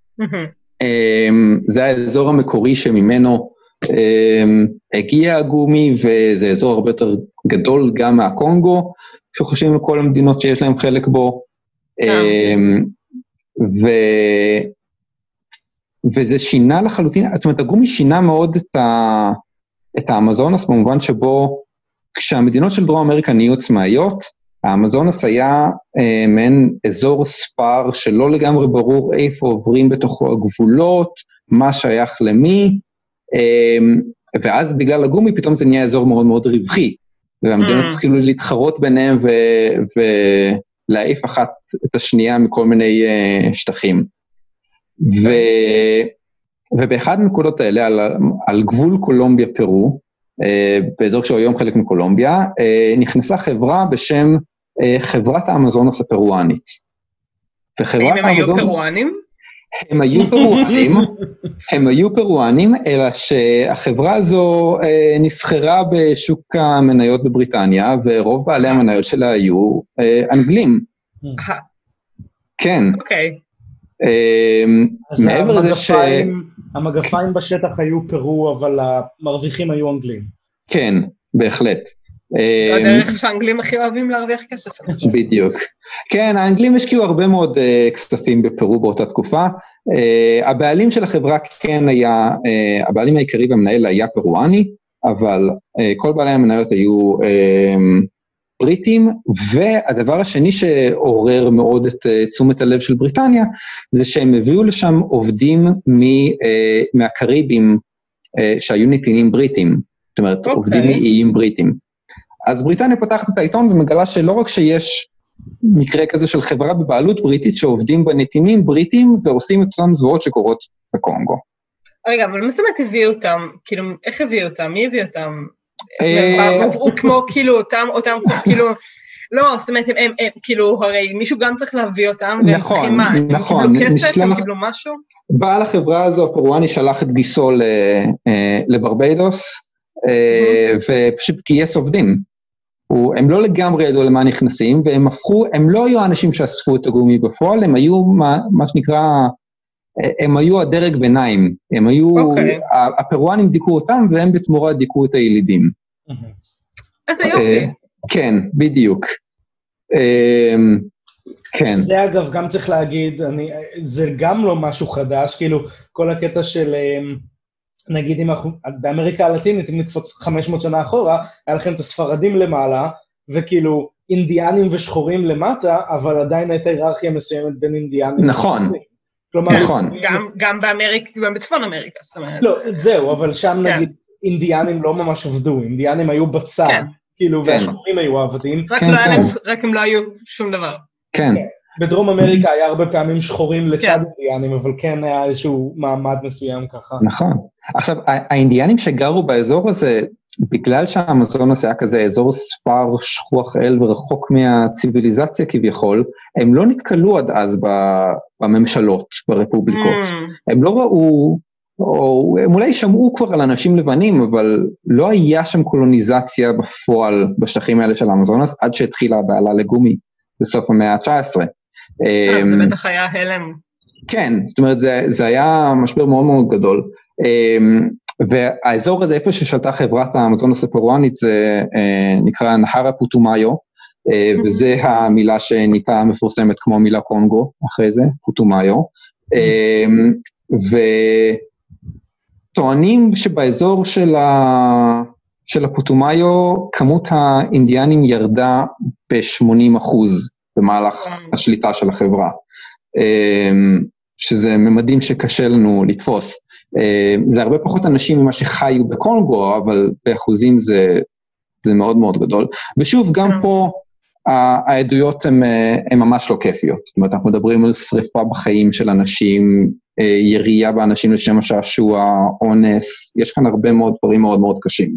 [SPEAKER 2] זה האזור המקורי שממנו הגיע הגומי, וזה אזור הרבה יותר גדול גם מהקונגו, כשחושבים על כל המדינות שיש להם חלק בו, וזה שינה לחלוטין, זאת אומרת, הגומי שינה מאוד את האמזונס, במובן שבו כשהמדינות של דרום אמריקה נהיו עצמאיות, האמזונס היה מעין אזור ספר שלא לגמרי ברור איפה עוברים בתוכו הגבולות, מה שייך למי, ואז בגלל הגומי פתאום זה נהיה אזור מאוד מאוד רווחי, והמדינות התחילו להתחרות ביניהם ולהעיף אחת את השנייה מכל מיני שטחים. ובאחד הנקודות האלה, על גבול קולומביה פרו, באזור שהוא היום חלק מקולומביה, נכנסה חברה בשם חברת האמזונס הפרואנית.
[SPEAKER 1] האם הם היו פרואנים?
[SPEAKER 2] הם היו פרואנים, אלא שהחברה הזו נסחרה בשוק המניות בבריטניה, ורוב בעלי המניות שלה היו אנגלים. כן.
[SPEAKER 1] אוקיי.
[SPEAKER 3] אז המגפיים בשטח היו פרו, אבל המרוויחים היו אנגלים.
[SPEAKER 2] כן, בהחלט.
[SPEAKER 1] זה הדרך שהאנגלים הכי אוהבים להרוויח כסף.
[SPEAKER 2] בדיוק. כן, האנגלים השקיעו הרבה מאוד כספים בפרו באותה תקופה. הבעלים של החברה כן היה, הבעלים העיקרי והמנהל היה פרואני, אבל כל בעלי המניות היו בריטים, והדבר השני שעורר מאוד את תשומת הלב של בריטניה, זה שהם הביאו לשם עובדים מהקריבים שהיו נתינים בריטים, זאת אומרת, עובדים מאיים בריטים. אז בריטניה פותחת את העיתון ומגלה שלא רק שיש מקרה כזה של חברה בבעלות בריטית שעובדים בנתינים בריטים ועושים את אותם זוועות שקורות בקונגו.
[SPEAKER 1] רגע, אבל מה זאת אומרת הביאו אותם? כאילו, איך הביאו אותם? מי הביא אותם? הוא כמו כאילו אותם כאילו, לא, זאת אומרת, הם כאילו, הרי מישהו גם צריך להביא אותם, והם צריכים מה? הם קיבלו כסף? הם קיבלו משהו?
[SPEAKER 2] בעל החברה הזו, הפרואני, שלח את גיסו לברביידוס, ופשוט גייס עובדים. הם לא לגמרי ידעו למה נכנסים, והם הפכו, הם לא היו האנשים שאספו את הגומי בפועל, הם היו מה שנקרא, הם היו הדרג ביניים, הם היו, הפרואנים דיכאו אותם, והם בתמורה דיכאו את הילידים.
[SPEAKER 1] אז זה יופי.
[SPEAKER 2] כן, בדיוק. כן.
[SPEAKER 3] זה אגב, גם צריך להגיד, זה גם לא משהו חדש, כאילו, כל הקטע של, נגיד, אם אנחנו, באמריקה הלטינית, אם נקפוץ 500 שנה אחורה, היה לכם את הספרדים למעלה, וכאילו, אינדיאנים ושחורים למטה, אבל עדיין הייתה היררכיה מסוימת בין אינדיאנים.
[SPEAKER 2] נכון.
[SPEAKER 3] נכון.
[SPEAKER 1] גם באמריקה, גם בצפון אמריקה, זאת אומרת.
[SPEAKER 3] לא, זהו, אבל שם נגיד, אינדיאנים לא ממש עבדו, אינדיאנים היו בצד, כאילו, והשחורים היו עבדים.
[SPEAKER 1] רק הם לא היו שום דבר.
[SPEAKER 2] כן.
[SPEAKER 3] בדרום אמריקה היה הרבה פעמים שחורים לצד אינדיאנים, אבל כן היה איזשהו מעמד מסוים ככה.
[SPEAKER 2] נכון. עכשיו, האינדיאנים שגרו באזור הזה, בגלל שהאמזונס היה כזה אזור ספר שכוח אל ורחוק מהציביליזציה כביכול, הם לא נתקלו עד אז בממשלות, ברפובליקות. הם לא ראו, או הם אולי שמעו כבר על אנשים לבנים, אבל לא היה שם קולוניזציה בפועל בשטחים האלה של האמזונס, עד שהתחילה הבעלה לגומי בסוף המאה ה-19.
[SPEAKER 1] זה בטח היה הלם.
[SPEAKER 2] כן, זאת אומרת, זה היה משבר מאוד מאוד גדול. והאזור הזה, איפה ששלטה חברת האמזונס הפרואנית, זה נקרא נהר הפוטומאיו, וזה המילה שנהייתה מפורסמת כמו מילה קונגו אחרי זה, פוטומאיו, וטוענים שבאזור של הפוטומאיו, כמות האינדיאנים ירדה ב-80% במהלך השליטה של החברה, שזה ממדים שקשה לנו לתפוס. זה הרבה פחות אנשים ממה שחיו בקונגו, אבל באחוזים זה מאוד מאוד גדול. ושוב, גם פה העדויות הן ממש לא כיפיות. זאת אומרת, אנחנו מדברים על שריפה בחיים של אנשים, ירייה באנשים לשם השעשוע, אונס, יש כאן הרבה מאוד דברים מאוד מאוד קשים.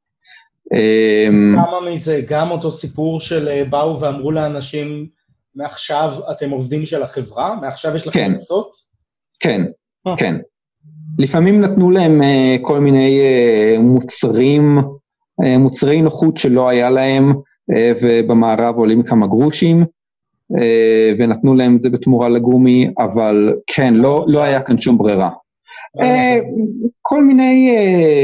[SPEAKER 3] כמה מזה, גם אותו סיפור של באו ואמרו לאנשים, מעכשיו אתם עובדים של החברה? מעכשיו יש לכם לעשות?
[SPEAKER 2] כן, כן. לפעמים נתנו להם כל מיני מוצרי נוחות שלא היה להם, ובמערב עולים כמה גרושים, ונתנו להם את זה בתמורה לגומי, אבל כן, לא היה כאן שום ברירה. כל מיני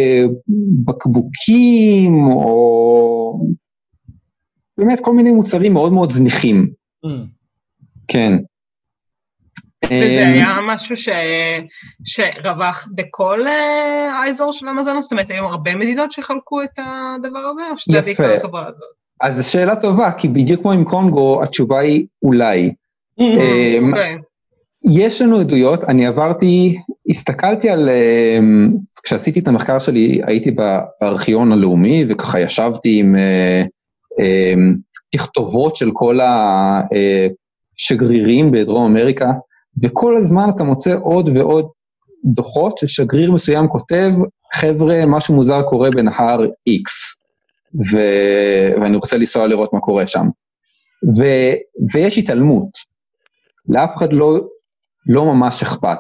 [SPEAKER 2] בקבוקים, או באמת כל מיני מוצרים מאוד מאוד זניחים. כן.
[SPEAKER 1] וזה היה משהו שרווח בכל האזור של המזון, זאת אומרת, היו הרבה מדינות שחלקו את הדבר הזה, או שזה בעיקר החברה הזאת?
[SPEAKER 2] אז זו שאלה טובה, כי בדיוק כמו עם קונגו, התשובה היא אולי. יש לנו עדויות, אני הסתכלתי על, כשעשיתי את המחקר שלי, הייתי בארכיון הלאומי, וככה ישבתי עם תכתובות של כל השגרירים בדרום אמריקה, וכל הזמן אתה מוצא עוד ועוד דוחות, ששגריר מסוים כותב, חבר'ה, משהו מוזר קורה בנהר X, ואני רוצה לנסוע לראות מה קורה שם. ויש התעלמות, לאף אחד לא ממש אכפת.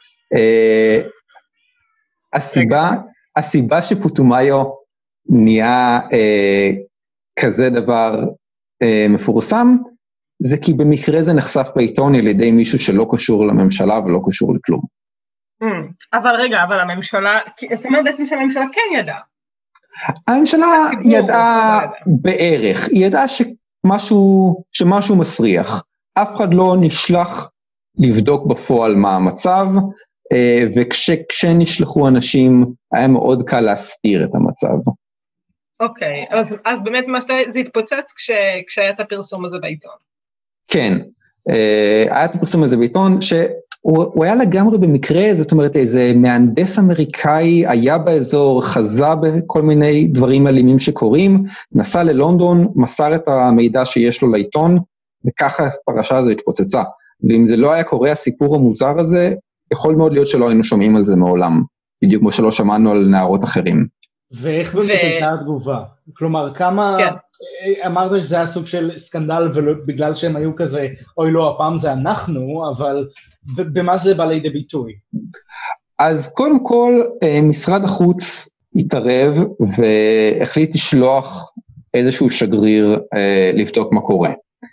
[SPEAKER 2] הסיבה שפוטומאיו נהיה כזה דבר מפורסם, זה כי במקרה זה נחשף בעיתון על ידי מישהו שלא קשור לממשלה ולא קשור לכלום.
[SPEAKER 1] אבל רגע, אבל הממשלה, זאת אומרת בעצם שהממשלה כן ידעה.
[SPEAKER 2] הממשלה ידעה בערך, היא ידעה שמשהו מסריח. אף אחד לא נשלח לבדוק בפועל מה המצב, וכשנשלחו אנשים, היה מאוד קל להסתיר את המצב.
[SPEAKER 1] אוקיי, אז באמת זה התפוצץ כשהיה את הפרסום הזה בעיתון.
[SPEAKER 2] כן, היה את הפרסום הזה בעיתון, שהוא היה לגמרי במקרה, זאת אומרת, איזה מהנדס אמריקאי היה באזור, חזה בכל מיני דברים אלימים שקורים, נסע ללונדון, מסר את המידע שיש לו לעיתון, וככה הפרשה הזו התפוצצה. ואם זה לא היה קורה, הסיפור המוזר הזה, יכול מאוד להיות שלא היינו שומעים על זה מעולם, בדיוק כמו שלא שמענו על נערות אחרים.
[SPEAKER 3] ואיך באמת הייתה התגובה? כלומר, כמה, אמרת שזה היה סוג של סקנדל, ובגלל שהם היו כזה, אוי לא, הפעם זה אנחנו, אבל במה זה בא לידי ביטוי?
[SPEAKER 2] אז קודם כל, משרד החוץ התערב, והחליט לשלוח איזשהו שגריר לבדוק מה קורה.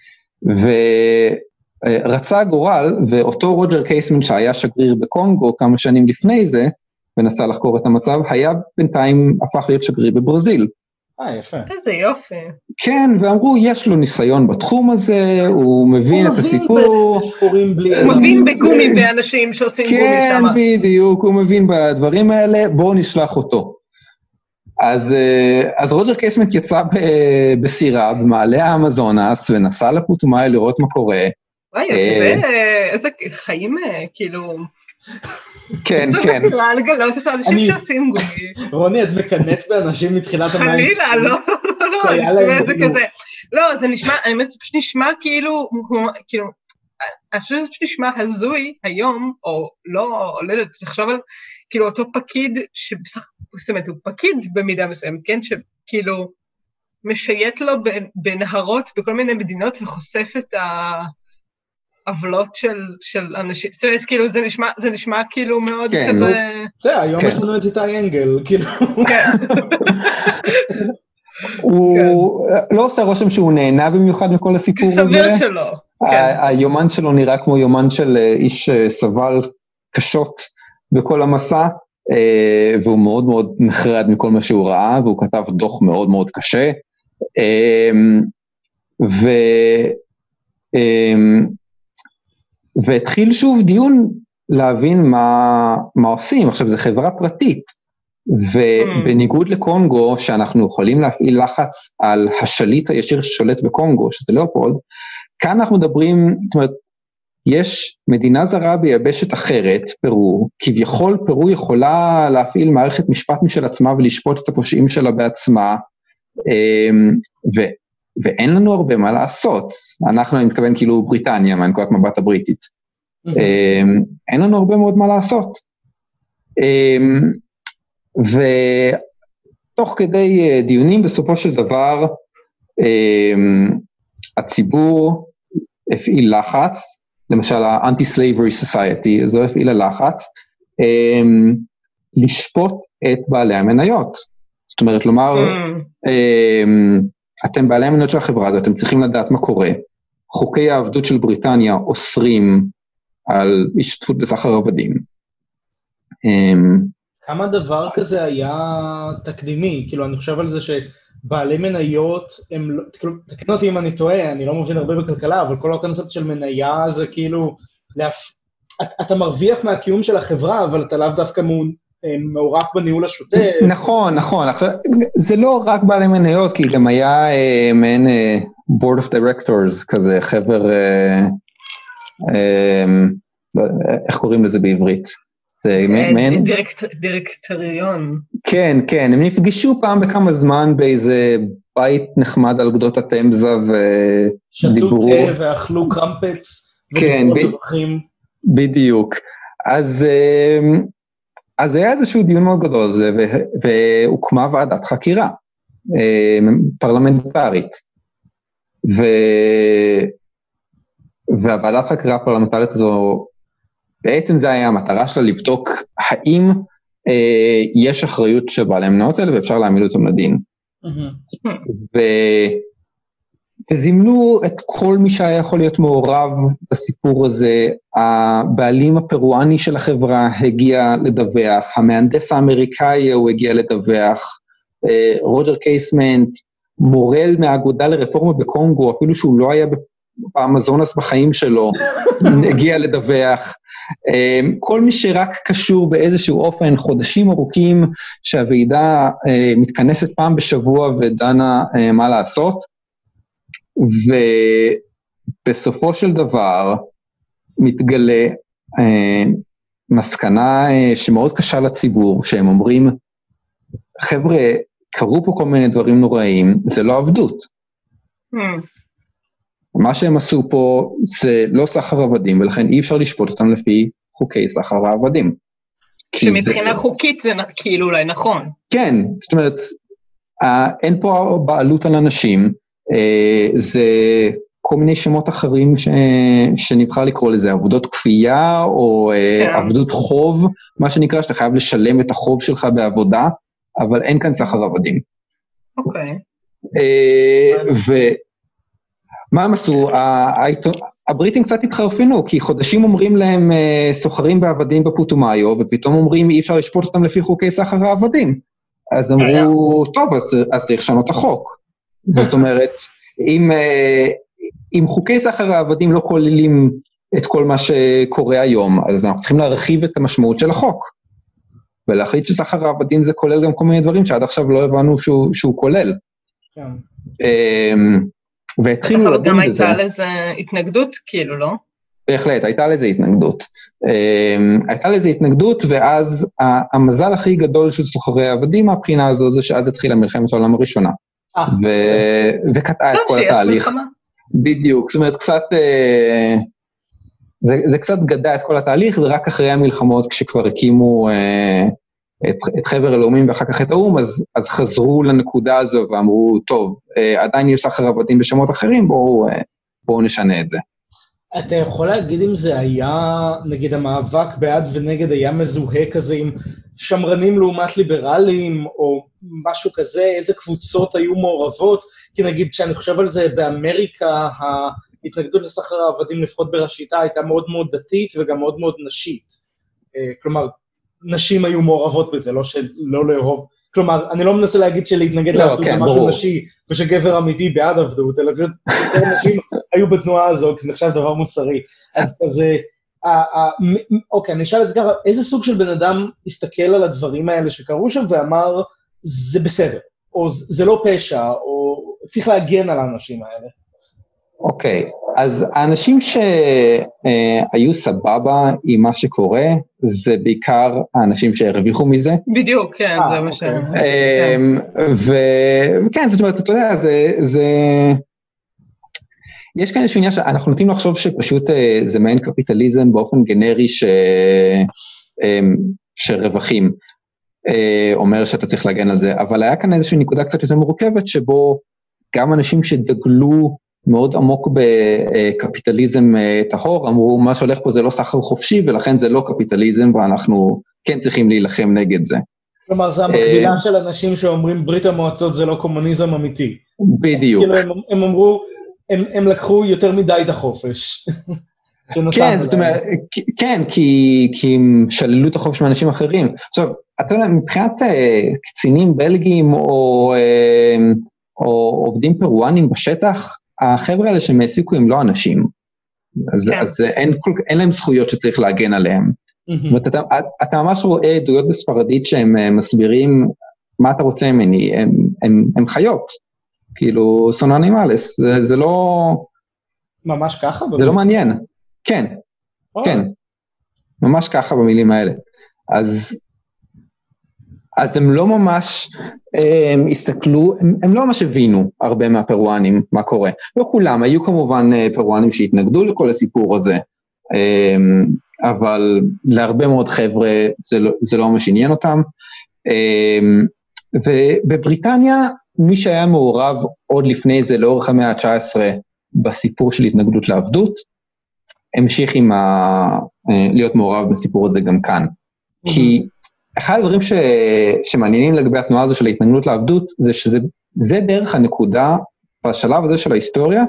[SPEAKER 2] ורצה הגורל, ואותו רוג'ר קייסמן שהיה שגריר בקונגו כמה שנים לפני זה, ונסה לחקור את המצב, היה בינתיים הפך להיות שגריר בברזיל.
[SPEAKER 3] יפה.
[SPEAKER 1] איזה יופי.
[SPEAKER 2] כן, ואמרו, יש לו ניסיון בתחום הזה, הוא מבין את הסיפור.
[SPEAKER 1] הוא מבין בגומי באנשים שעושים גומי שם.
[SPEAKER 2] כן, בדיוק, הוא מבין בדברים האלה, בואו נשלח אותו. אז רוג'ר קייסמן יצא בסירה, במעלה האמזונס, ונסע לפוטומאיו לראות מה קורה.
[SPEAKER 1] וואי, איזה חיים, כאילו...
[SPEAKER 2] כן, כן.
[SPEAKER 1] זה בכלל לגלות את האנשים שעושים גומי.
[SPEAKER 3] רוני, את מקנאת באנשים מתחילת המאה.
[SPEAKER 1] חלילה, לא, זה כזה. לא, זה נשמע, אני אומרת, זה פשוט נשמע כאילו, אני חושבת שזה פשוט נשמע הזוי היום, או לא יודעת, תחשוב על, כאילו, אותו פקיד, זאת אומרת, הוא פקיד במידה מסוימת, כן, שכאילו, משייט לו בנהרות בכל מיני מדינות, וחושף את עוולות של אנשים, זאת אומרת, כאילו, זה נשמע כאילו מאוד כזה...
[SPEAKER 3] זה, היום יש לנו את איתי אנגל, כאילו. כן.
[SPEAKER 2] הוא לא עושה רושם שהוא נהנה במיוחד מכל הסיפור הזה.
[SPEAKER 1] סביר שלו.
[SPEAKER 2] היומן שלו נראה כמו יומן של איש סבל קשות בכל המסע, והוא מאוד מאוד נחרד מכל מה שהוא ראה, והוא כתב דוח מאוד מאוד קשה. והתחיל שוב דיון להבין מה עושים. עכשיו, זו חברה פרטית, ובניגוד לקונגו, שאנחנו יכולים להפעיל לחץ על השליט הישיר ששולט בקונגו, שזה לאופולד, כאן אנחנו מדברים, זאת אומרת, יש מדינה זרה ביבשת אחרת, פרו, כביכול פרו יכולה להפעיל מערכת משפט משל עצמה, ולשפוט את הפושעים שלה בעצמה, ואין לנו הרבה מה לעשות. אני מתכוון כאילו בריטניה, מהנקודת מבט הבריטית. אין לנו הרבה מאוד מה לעשות. ותוך כדי דיונים בסופו של דבר, הציבור הפעיל לחץ, למשל ה-Anti-Slavery Society, זו הפעילה לחץ, לשפוט את בעלי המניות. זאת אומרת, לומר, אתם בעלי המניות של החברה הזאת, אתם צריכים לדעת מה קורה. חוקי העבדות של בריטניה אוסרים על השתתפות בסחר עבדים.
[SPEAKER 3] כמה דבר כזה היה תקדימי? כאילו, אני חושב על זה שבעלי מניות, תקן אותי אם אני טועה, אני לא מבין הרבה בכלכלה, אבל כל הקונספט של מניה זה כאילו, אתה מרוויח מהקיום של החברה, אבל אתה לאו דווקא מעורף בניהול השוטף.
[SPEAKER 2] נכון, נכון. זה לא רק בעלי מניות, כי גם היה מעין board of directors כזה, חבר, איך קוראים לזה בעברית? זה מעין...
[SPEAKER 1] דירקטוריון.
[SPEAKER 2] כן, כן, הם נפגשו פעם בכמה זמן באיזה בית נחמד על גדות התמזה
[SPEAKER 3] ודיברו. שתו תה ואכלו קרמפץ.
[SPEAKER 2] כן, בדיוק. אז היה איזשהו דיון מאוד גדול על זה, והוקמה ועדת חקירה פרלמנטרית. והוועדת חקירה הפרלמנטרית הזו, בעצם זה היה המטרה שלה לבדוק האם יש אחריות של בעלי המניות האלה, ואפשר להעמיד אותם לדין. וזימנו את כל מי שהיה יכול להיות מעורב בסיפור הזה, הבעלים הפרואני של החברה הגיע לדווח, המהנדס האמריקאי הוא הגיע לדווח, רוג'ר קייסמנט, מורל מהאגודה לרפורמה בקונגו, אפילו שהוא לא היה באמזונס בחיים שלו, הגיע לדווח, כל מי שרק קשור באיזשהו אופן, חודשים ארוכים שהוועידה מתכנסת פעם בשבוע ודנה מה לעשות, ובסופו של דבר מתגלה מסקנה שמאוד קשה לציבור, שהם אומרים, חבר'ה, קרו פה כל מיני דברים נוראים, זה לא עבדות. מה שהם עשו פה זה לא סחר עבדים, ולכן אי אפשר לשפוט אותם לפי חוקי סחר העבדים.
[SPEAKER 1] שמבחינה חוקית זה כאילו אולי נכון.
[SPEAKER 2] כן, זאת אומרת, אין פה בעלות על אנשים, זה כל מיני שמות אחרים שנבחר לקרוא לזה, עבודות כפייה או עבדות חוב, מה שנקרא שאתה חייב לשלם את החוב שלך בעבודה, אבל אין כאן סחר עבדים.
[SPEAKER 1] אוקיי.
[SPEAKER 2] ומה הם עשו? הבריטים קצת התחרפנו, כי חודשים אומרים להם סוחרים בעבדים בפוטומאיו, ופתאום אומרים אי אפשר לשפוט אותם לפי חוקי סחר העבדים. אז אמרו, טוב, אז צריך לשנות החוק. זאת אומרת, אם חוקי סחר העבדים לא כוללים את כל מה שקורה היום, אז אנחנו צריכים להרחיב את המשמעות של החוק, ולהחליט שסחר העבדים זה כולל גם כל מיני דברים שעד עכשיו לא הבנו שהוא כולל. והתחילו לדון בזה.
[SPEAKER 1] גם הייתה לזה התנגדות, כאילו, לא?
[SPEAKER 2] בהחלט, הייתה לזה התנגדות. הייתה לזה התנגדות, ואז המזל הכי גדול של סוחרי העבדים מהבחינה הזו, זה שאז התחילה מלחמת העולם הראשונה. וקטעה את כל התהליך. בדיוק, זאת אומרת, זה קצת גדע את כל התהליך, ורק אחרי המלחמות, כשכבר הקימו את חבר הלאומים ואחר כך את האום, אז חזרו לנקודה הזו ואמרו, טוב, עדיין יש סחר עבדים בשמות אחרים, בואו נשנה את זה.
[SPEAKER 3] אתה יכול להגיד אם זה היה, נגיד המאבק בעד ונגד היה מזוהה כזה עם שמרנים לעומת ליברלים, או משהו כזה, איזה קבוצות היו מעורבות, כי נגיד כשאני חושב על זה באמריקה, ההתנגדות לסחר העבדים לפחות בראשיתה הייתה מאוד מאוד דתית וגם מאוד מאוד נשית. כלומר, נשים היו מעורבות בזה, לא לאהוב כלומר, אני לא מנסה להגיד שלהתנגד לעבדות זה משהו נשי, ושגבר אמיתי בעד עבדות, אלא פשוט יותר נשים היו בתנועה הזו, כי זה נחשב דבר מוסרי. אז כזה, אוקיי, אני אשאל את זה ככה, איזה סוג של בן אדם הסתכל על הדברים האלה שקרו שם, ואמר, זה בסדר, או זה לא פשע, או צריך להגן על האנשים האלה?
[SPEAKER 2] אוקיי, אז האנשים שהיו סבבה עם מה שקורה, זה בעיקר האנשים שהרוויחו מזה.
[SPEAKER 1] בדיוק, כן, זה מה ש...
[SPEAKER 2] וכן, זאת אומרת, אתה יודע, יש כאן איזשהו עניין שאנחנו נוטים לחשוב שפשוט זה מעין קפיטליזם באופן גנרי שרווחים, אומר שאתה צריך להגן על זה, אבל היה כאן איזושהי נקודה קצת יותר מורכבת, שבו גם אנשים שדגלו מאוד עמוק בקפיטליזם טהור, אמרו מה שהולך פה זה לא סחר חופשי, ולכן זה לא קפיטליזם, ואנחנו כן צריכים להילחם נגד זה.
[SPEAKER 3] כלומר, זה המקבילה של אנשים שאומרים ברית המועצות זה לא קומוניזם אמיתי.
[SPEAKER 2] בדיוק.
[SPEAKER 3] הם אמרו, הם לקחו יותר מדי את החופש.
[SPEAKER 2] כן, זאת אומרת, כן, כי הם שללו את החופש מאנשים אחרים. עכשיו, אתה יודע, מבחינת קצינים בלגיים או עובדים פרואנים בשטח, החבר'ה האלה שהם העסיקו הם לא אנשים. אז אין להם זכויות שצריך להגן עליהם. אתה ממש רואה עדויות בספרדית שהם מסבירים מה אתה רוצה ממני, הם חיות. כאילו, סון אנימלס, זה לא...
[SPEAKER 3] ממש ככה?
[SPEAKER 2] זה לא מעניין. כן, כן. ממש ככה במילים האלה. אז הם לא ממש הסתכלו, הם לא ממש הבינו הרבה מהפרואנים מה קורה. לא כולם, היו כמובן פרואנים שהתנגדו לכל הסיפור הזה, אבל להרבה מאוד חבר'ה זה לא ממש עניין אותם. ובבריטניה, מי שהיה מעורב עוד לפני זה, לאורך המאה ה-19, בסיפור של התנגדות לעבדות, המשיך להיות מעורב בסיפור הזה גם כאן. כי אחד הדברים שמעניינים לגבי התנועה הזו של ההתנגדות לעבדות, זה שזה דרך הנקודה, בשלב הזה של ההיסטוריה,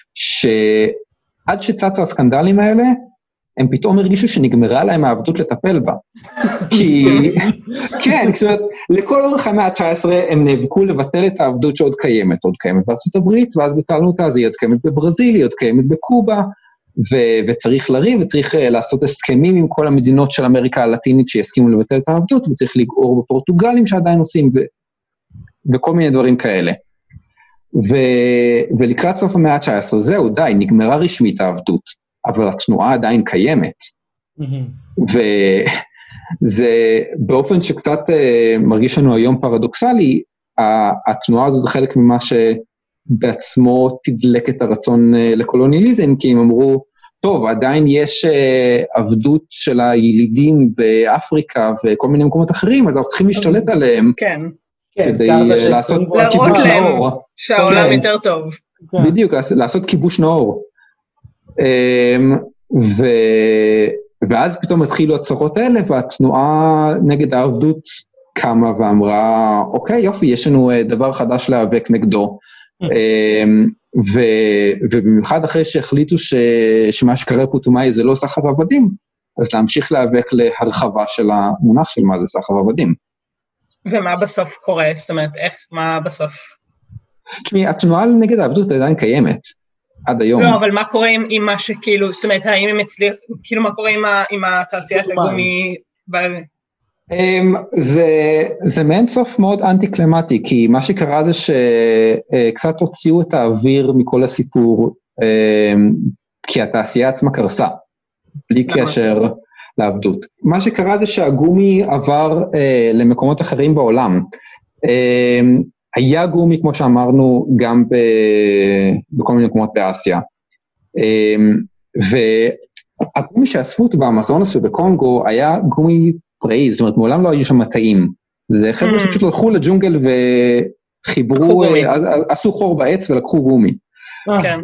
[SPEAKER 2] שעד שצצו הסקנדלים האלה, הם פתאום הרגישו שנגמרה להם העבדות לטפל בה. כי, כן, זאת אומרת, לכל אורך המאה ה-19 הם נאבקו לבטל את העבדות שעוד קיימת, עוד קיימת בארצות הברית, ואז ביטלנו אותה, אז היא עוד קיימת בברזיל, היא עוד קיימת בקובה, וצריך לריב, וצריך לעשות הסכמים עם כל המדינות של אמריקה הלטינית שיסכימו לבטל את העבדות, וצריך לגעור בפורטוגלים שעדיין עושים, וכל מיני דברים כאלה. ולקראת סוף המאה ה-19, זהו, די, נגמרה רשמית העבדות. אבל התנועה עדיין קיימת. וזה באופן שקצת מרגיש לנו היום פרדוקסלי, התנועה הזאת זה חלק ממה שבעצמו תדלק את הרצון לקולוניאליזם, כי הם אמרו, טוב, עדיין יש עבדות של הילידים באפריקה וכל מיני מקומות אחרים, אז אנחנו צריכים להשתלט עליהם.
[SPEAKER 1] כן.
[SPEAKER 2] כדי לעשות
[SPEAKER 1] כיבוש נאור. שהעולם יותר טוב.
[SPEAKER 2] בדיוק, לעשות כיבוש נאור. ואז פתאום התחילו הצהרות האלה, והתנועה נגד העבדות קמה ואמרה, אוקיי, יופי, יש לנו דבר חדש להיאבק נגדו, ובמיוחד אחרי שהחליטו שמה שקרה פוטומאי זה לא סחר עבדים, אז להמשיך להיאבק להרחבה של המונח של מה זה סחר עבדים.
[SPEAKER 1] ומה בסוף קורה? זאת אומרת, מה בסוף?
[SPEAKER 2] תשמעי, התנועה נגד העבדות עדיין קיימת. עד היום.
[SPEAKER 1] לא, אבל מה קורה עם מה שכאילו, זאת אומרת, האם הם הצליחו, כאילו מה קורה עם התעשיית הגומי?
[SPEAKER 2] זה מעין סוף מאוד אנטי-קלמטי, כי מה שקרה זה שקצת הוציאו את האוויר מכל הסיפור, כי התעשייה עצמה קרסה, בלי קשר לעבדות. מה שקרה זה שהגומי עבר למקומות אחרים בעולם, היה גומי, כמו שאמרנו, גם בכל מיני מקומות באסיה. והגומי שאספו אותו באמזונס ובקונגו היה גומי פראי, זאת אומרת, מעולם לא היו שם מטעים. זה חבר'ה שפשוט הלכו לג'ונגל וחיברו, עשו חור בעץ ולקחו גומי.
[SPEAKER 1] כן.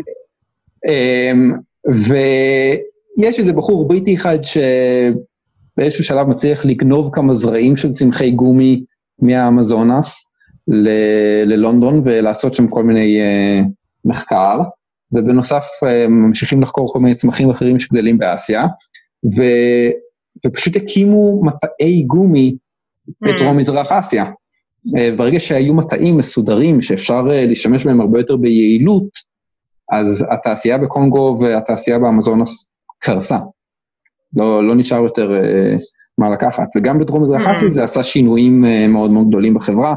[SPEAKER 2] ויש איזה בחור בריטי אחד שבאיזשהו שלב מצליח לגנוב כמה זרעים של צמחי גומי מהאמזונס, ללונדון ולעשות שם כל מיני מחקר, ובנוסף ממשיכים לחקור כל מיני צמחים אחרים שגדלים באסיה, ופשוט הקימו מטעי גומי בדרום מזרח אסיה, ברגע שהיו מטעים מסודרים שאפשר להשתמש בהם הרבה יותר ביעילות, אז התעשייה בקונגו והתעשייה באמזונס קרסה. לא נשאר יותר מה לקחת, וגם בדרום מזרח אסיה זה עשה שינויים מאוד מאוד גדולים בחברה,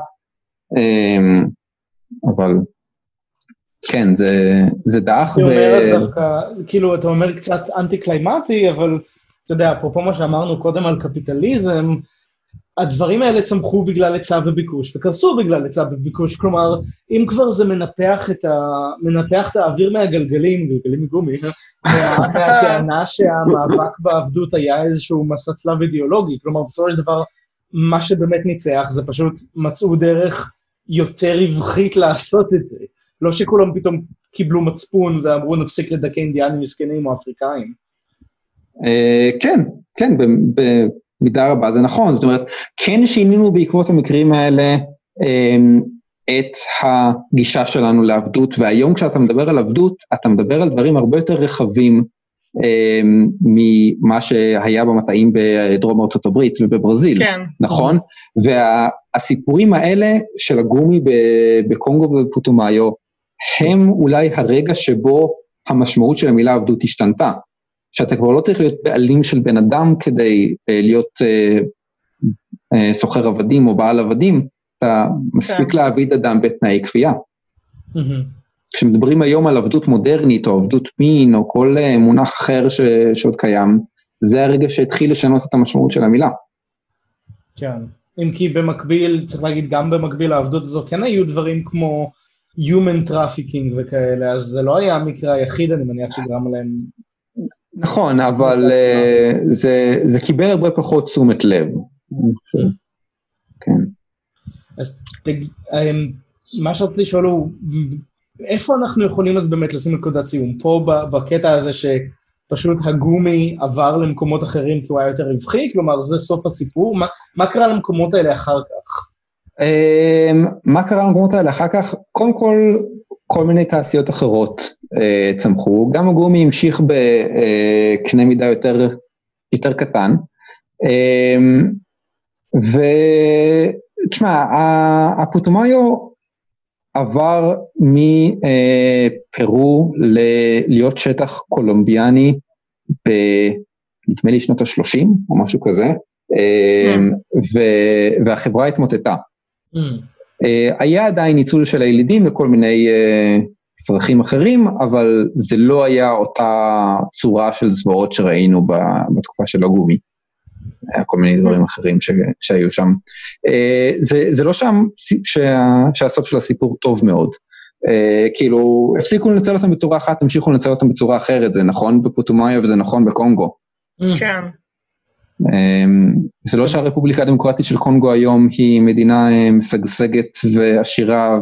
[SPEAKER 2] אבל כן, זה דאח
[SPEAKER 3] כאילו, אתה אומר קצת אנטי-קליימטי, אבל אתה יודע, אפרופו מה שאמרנו קודם על קפיטליזם, הדברים האלה צמחו בגלל היצע וביקוש, וקרסו בגלל היצע וביקוש, כלומר, אם כבר זה מנתח את האוויר מהגלגלים, גלגלים מגומי, מהטענה שהמאבק בעבדות היה איזשהו מסע צלב אידיאולוגי, כלומר, בסופו של דבר, מה שבאמת ניצח, זה פשוט מצאו דרך יותר רווחית לעשות את זה. לא שכולם פתאום קיבלו מצפון ואמרו נפסיק לדכא אינדיאנים מסכנים או אפריקאים.
[SPEAKER 2] כן, במידה רבה זה נכון, זאת אומרת, כן שינינו בעקבות המקרים האלה את הגישה שלנו לעבדות, והיום כשאתה מדבר על עבדות, אתה מדבר על דברים הרבה יותר רחבים ממה שהיה במטעים בדרום ארצות הברית ובברזיל, כן. נכון? והסיפורים האלה של הגומי בקונגו ובפוטומאיו, הם אולי הרגע שבו המשמעות של המילה עבדות השתנתה, שאתה כבר לא צריך להיות בעלים של בן אדם כדי להיות סוחר עבדים או בעל עבדים, אתה מספיק להעביד אדם בתנאי כפייה. כשמדברים היום על עבדות מודרנית או עבדות מין או כל מונח אחר שעוד קיים, זה הרגע שהתחיל לשנות את המשמעות של המילה.
[SPEAKER 3] כן, אם כי במקביל, צריך להגיד גם במקביל לעבדות הזו, כן היו דברים כמו human trafficking וכאלה, אז זה לא היה המקרה היחיד, אני מניח שגרם עליהם...
[SPEAKER 2] נכון, אבל זה קיבל הרבה פחות תשומת לב. כן.
[SPEAKER 3] אז מה שרציתי לשאול הוא, איפה אנחנו יכולים אז באמת לשים נקודת סיום? פה בקטע הזה שפשוט הגומי עבר למקומות אחרים כי הוא היה יותר רווחי, כלומר זה סוף הסיפור, מה קרה למקומות האלה אחר כך?
[SPEAKER 2] מה קרה למקומות האלה אחר כך? קודם כל מיני תעשיות אחרות צמחו, גם הגומי המשיך בקנה מידה יותר קטן, ותשמע, הפוטומאיו עבר מפרו להיות שטח קולומביאני נדמה לי שנות ה-30 או משהו כזה, והחברה התמוטטה. היה עדיין ניצול של הילידים לכל מיני צרכים אחרים, אבל זה לא היה אותה צורה של זוועות שראינו בתקופה של הגומי. היה כל מיני דברים אחרים שהיו שם. זה לא שם שהסוף של הסיפור טוב מאוד. כאילו, הפסיקו לנצל אותם בצורה אחת, המשיכו לנצל אותם בצורה אחרת, זה נכון בפוטומאיו וזה נכון בקונגו.
[SPEAKER 1] כן.
[SPEAKER 2] זה לא שהרפובליקה הדמוקרטית של קונגו היום היא מדינה משגשגת ועשירה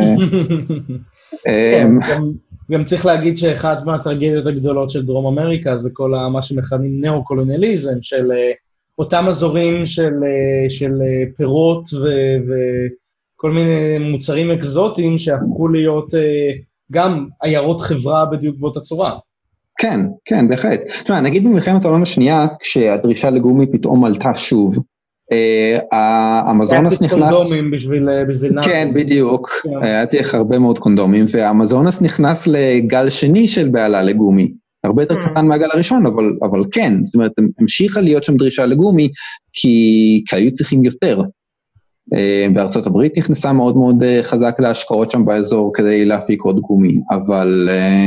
[SPEAKER 3] גם צריך להגיד שאחת מהטרגדיות הגדולות של דרום אמריקה זה כל מה שמכנים נאו-קולוניאליזם של אותם אזורים של פירות וכל מיני מוצרים אקזוטיים שהפכו להיות גם עיירות חברה בדיוק באותה צורה.
[SPEAKER 2] כן, כן, בהחלט. תשמע, נגיד במלחמת העולם השנייה, כשהדרישה לגומי פתאום עלתה שוב, האמזונס נכנס... היה
[SPEAKER 3] קונדומים בשביל נאצים.
[SPEAKER 2] כן, בדיוק. היה תהיה הרבה מאוד קונדומים, והאמזונס נכנס לגל שני של בעלה לגומי. הרבה יותר קטן מהגל הראשון, אבל כן, זאת אומרת, המשיכה להיות שם דרישה לגומי, כי היו צריכים יותר. בארצות הברית נכנסה מאוד מאוד חזק להשקעות שם באזור, כדי להפיק עוד גומי, אבל...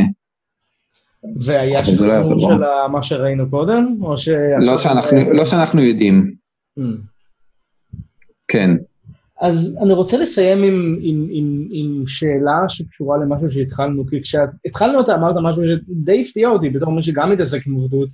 [SPEAKER 3] והיה שחזור של מה שראינו קודם?
[SPEAKER 2] לא שאנחנו יודעים. כן.
[SPEAKER 3] אז אני רוצה לסיים עם שאלה שקשורה למשהו שהתחלנו, כי כשהתחלנו אתה אמרת משהו שדי הפתיע אותי, בתור מי שגם מתעסק עם עבדות,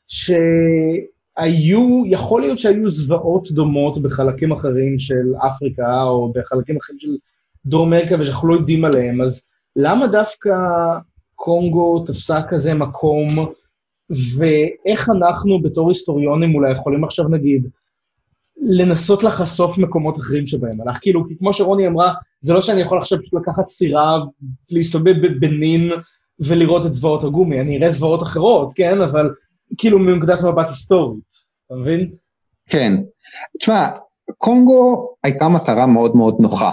[SPEAKER 3] יכול להיות שהיו זוועות דומות בחלקים אחרים של אפריקה, או בחלקים אחרים של דרום אמריקה, ושאנחנו לא יודעים עליהם, אז למה דווקא קונגו תפסה כזה מקום, ואיך אנחנו בתור היסטוריונים אולי יכולים עכשיו נגיד, לנסות לחשוף מקומות אחרים שבהם הלך, כאילו, כי כמו שרוני אמרה, זה לא שאני יכול עכשיו פשוט לקחת סירה, להסתובב בבנין, ולראות את זוועות הגומי, אני אראה זוועות אחרות, כן, אבל כאילו מנקודת מבט היסטורית, אתה מבין?
[SPEAKER 2] כן, תשמע, קונגו הייתה מטרה מאוד מאוד נוחה,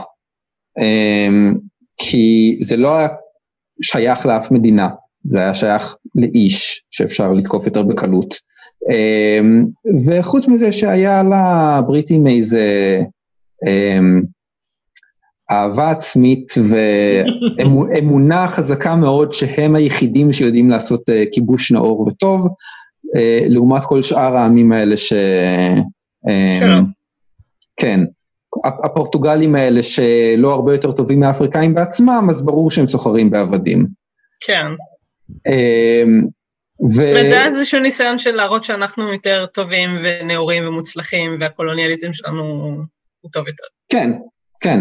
[SPEAKER 2] כי זה לא היה שייך לאף מדינה, זה היה שייך לאיש שאפשר לתקוף יותר בקלות, וחוץ מזה שהיה לבריטים איזה אהבה עצמית ואמונה חזקה מאוד שהם היחידים שיודעים לעשות כיבוש נאור וטוב, לעומת כל שאר העמים האלה כן, הפורטוגלים האלה שלא הרבה יותר טובים מאפריקאים בעצמם, אז ברור שהם סוחרים בעבדים.
[SPEAKER 1] כן. זאת אומרת, זה איזשהו ניסיון של להראות שאנחנו יותר טובים ונאורים ומוצלחים, והקולוניאליזם שלנו הוא טוב יותר.
[SPEAKER 2] כן, כן.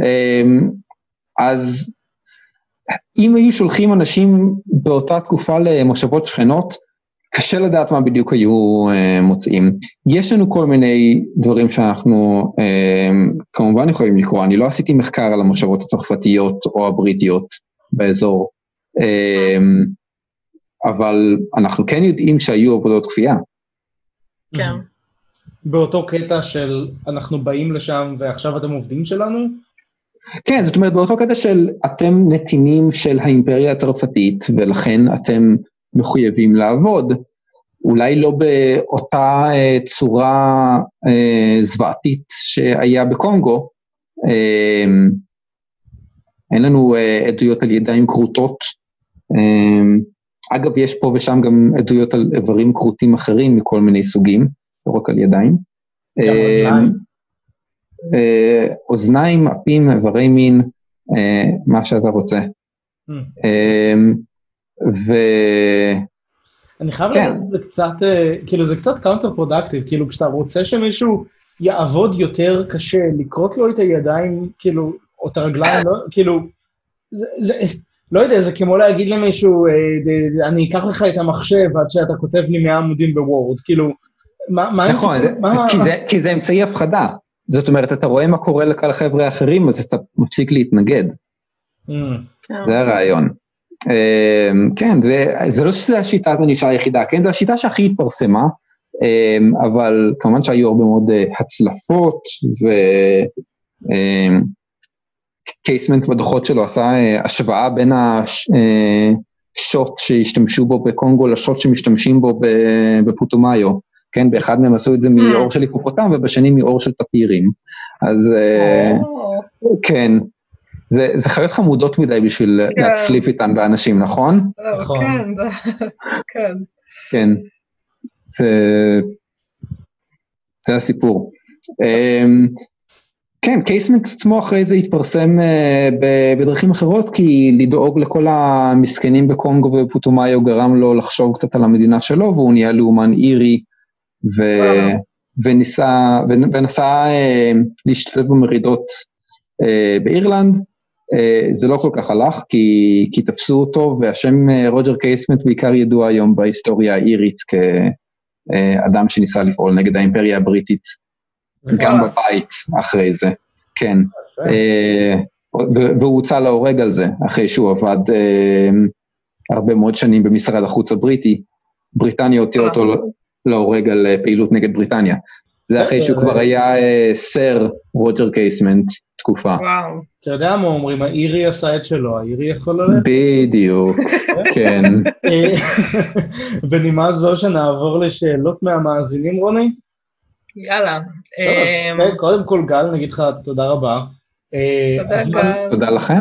[SPEAKER 2] אז אם היו שולחים אנשים באותה תקופה למושבות שכנות, קשה לדעת מה בדיוק היו מוצאים. יש לנו כל מיני דברים שאנחנו כמובן יכולים לקרוא, אני לא עשיתי מחקר על המושבות הצרפתיות או הבריטיות באזור, אבל אנחנו כן יודעים שהיו עבודות כפייה.
[SPEAKER 1] כן.
[SPEAKER 3] באותו קטע של אנחנו באים לשם ועכשיו אתם עובדים שלנו?
[SPEAKER 2] כן, זאת אומרת באותו קטע של אתם נתינים של האימפריה הצרפתית, ולכן אתם מחויבים לעבוד, אולי לא באותה צורה זוועתית שהיה בקונגו, אין לנו עדויות על ידיים קרוטות, אגב יש פה ושם גם עדויות על איברים קרוטים אחרים מכל מיני סוגים, לא רק על ידיים, אוזניים, אפים, איברי מין, מה שאתה רוצה.
[SPEAKER 3] אני חייב להגיד, זה קצת, כאילו זה קצת קאונטר פרודקטיב, כאילו כשאתה רוצה שמישהו יעבוד יותר קשה, לקרות לו את הידיים, כאילו, או את הרגליים, כאילו, לא יודע, זה כמו להגיד למישהו, אני אקח לך את המחשב עד שאתה כותב לי 100 עמודים בוורד, כאילו, מה... נכון,
[SPEAKER 2] כי זה אמצעי הפחדה, זאת אומרת, אתה רואה מה קורה לכל החבר'ה האחרים, אז אתה מפסיק להתנגד. זה הרעיון. כן, זה לא שזה השיטת הנישה היחידה, כן, זה השיטה שהכי התפרסמה, אבל כמובן שהיו הרבה מאוד הצלפות, וקייסמנט בדוחות שלו עשה השוואה בין השוט שהשתמשו בו בקונגו לשוט שמשתמשים בו בפוטומאיו, כן, באחד מהם עשו את זה מאור של היפופוטם, ובשני מאור של טפירים, אז כן, זה חיות חמודות מדי בשביל להצליף איתן באנשים, נכון?
[SPEAKER 3] נכון.
[SPEAKER 1] כן.
[SPEAKER 2] כן, זה הסיפור. כן, קייסמנט עצמו אחרי זה התפרסם בדרכים אחרות, כי לדאוג לכל המסכנים בקונגו ובפוטומאיו גרם לו לחשוב קצת על המדינה שלו, והוא נהיה לאומן אירי, ונסע להשתתף במרידות באירלנד. זה לא כל כך הלך, כי תפסו אותו, והשם רוג'ר קייסמנט בעיקר ידוע היום בהיסטוריה האירית, כאדם שניסה לפעול נגד האימפריה הבריטית, גם בבית אחרי זה, כן. והוא הוצא להורג על זה, אחרי שהוא עבד הרבה מאוד שנים במשרד החוץ הבריטי, בריטניה הוציאה אותו להורג על פעילות נגד בריטניה. זה אחרי שהוא כבר היה סר רוג'ר קייסמנט תקופה.
[SPEAKER 1] וואו.
[SPEAKER 3] אתה יודע מה אומרים, האירי עשה את שלו, האירי יכול ללכת?
[SPEAKER 2] בדיוק, כן.
[SPEAKER 3] בנימה זו שנעבור לשאלות מהמאזינים, רוני?
[SPEAKER 1] יאללה.
[SPEAKER 3] קודם כל גל, נגיד לך תודה רבה.
[SPEAKER 1] תודה גל.
[SPEAKER 2] תודה לכם.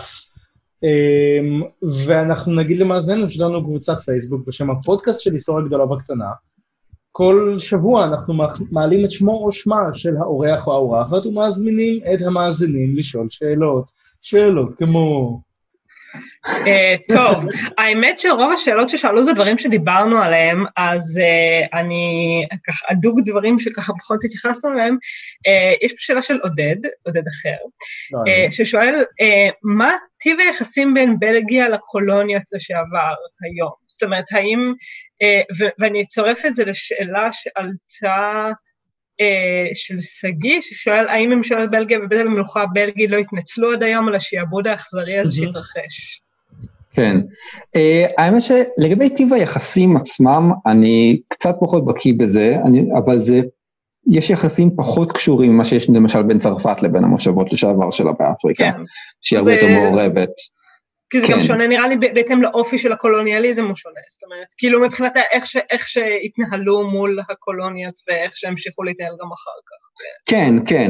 [SPEAKER 3] ואנחנו נגיד למאזיננו שלנו קבוצת פייסבוק בשם הפודקאסט של היסטוריה גדולה בקטנה. כל שבוע אנחנו מעלים את שמו או שמה של האורח או האורחת, ומזמינים את המאזינים לשאול שאלות כמו...
[SPEAKER 1] טוב, האמת שרוב השאלות ששאלו זה דברים שדיברנו עליהם, אז אני ככה אדוג דברים שככה פחות התייחסנו עליהם. יש פה שאלה של עודד אחר, ששואל, מה טיב היחסים בין בלגיה לקולוניות לשעבר היום? זאת אומרת, האם, ואני אצורף את זה לשאלה שעלתה של סגי, ששואל, האם ממשלת בלגיה ובית המלוכה הבלגי לא התנצלו עד היום על השיעבוד האכזרי הזה שהתרחש?
[SPEAKER 2] כן, האמת שלגבי טיב היחסים עצמם, אני קצת פחות בקיא בזה, אבל יש יחסים פחות קשורים ממה שיש למשל בין צרפת לבין המושבות לשעבר שלה באפריקה, שהיא הרבה יותר מעורבת.
[SPEAKER 1] כי זה גם שונה, נראה לי בעצם לאופי של הקולוניאליזם הוא שונה, זאת אומרת, כאילו מבחינת איך שהתנהלו מול הקולוניות ואיך שהמשיכו להתנהל גם אחר כך.
[SPEAKER 2] כן, כן.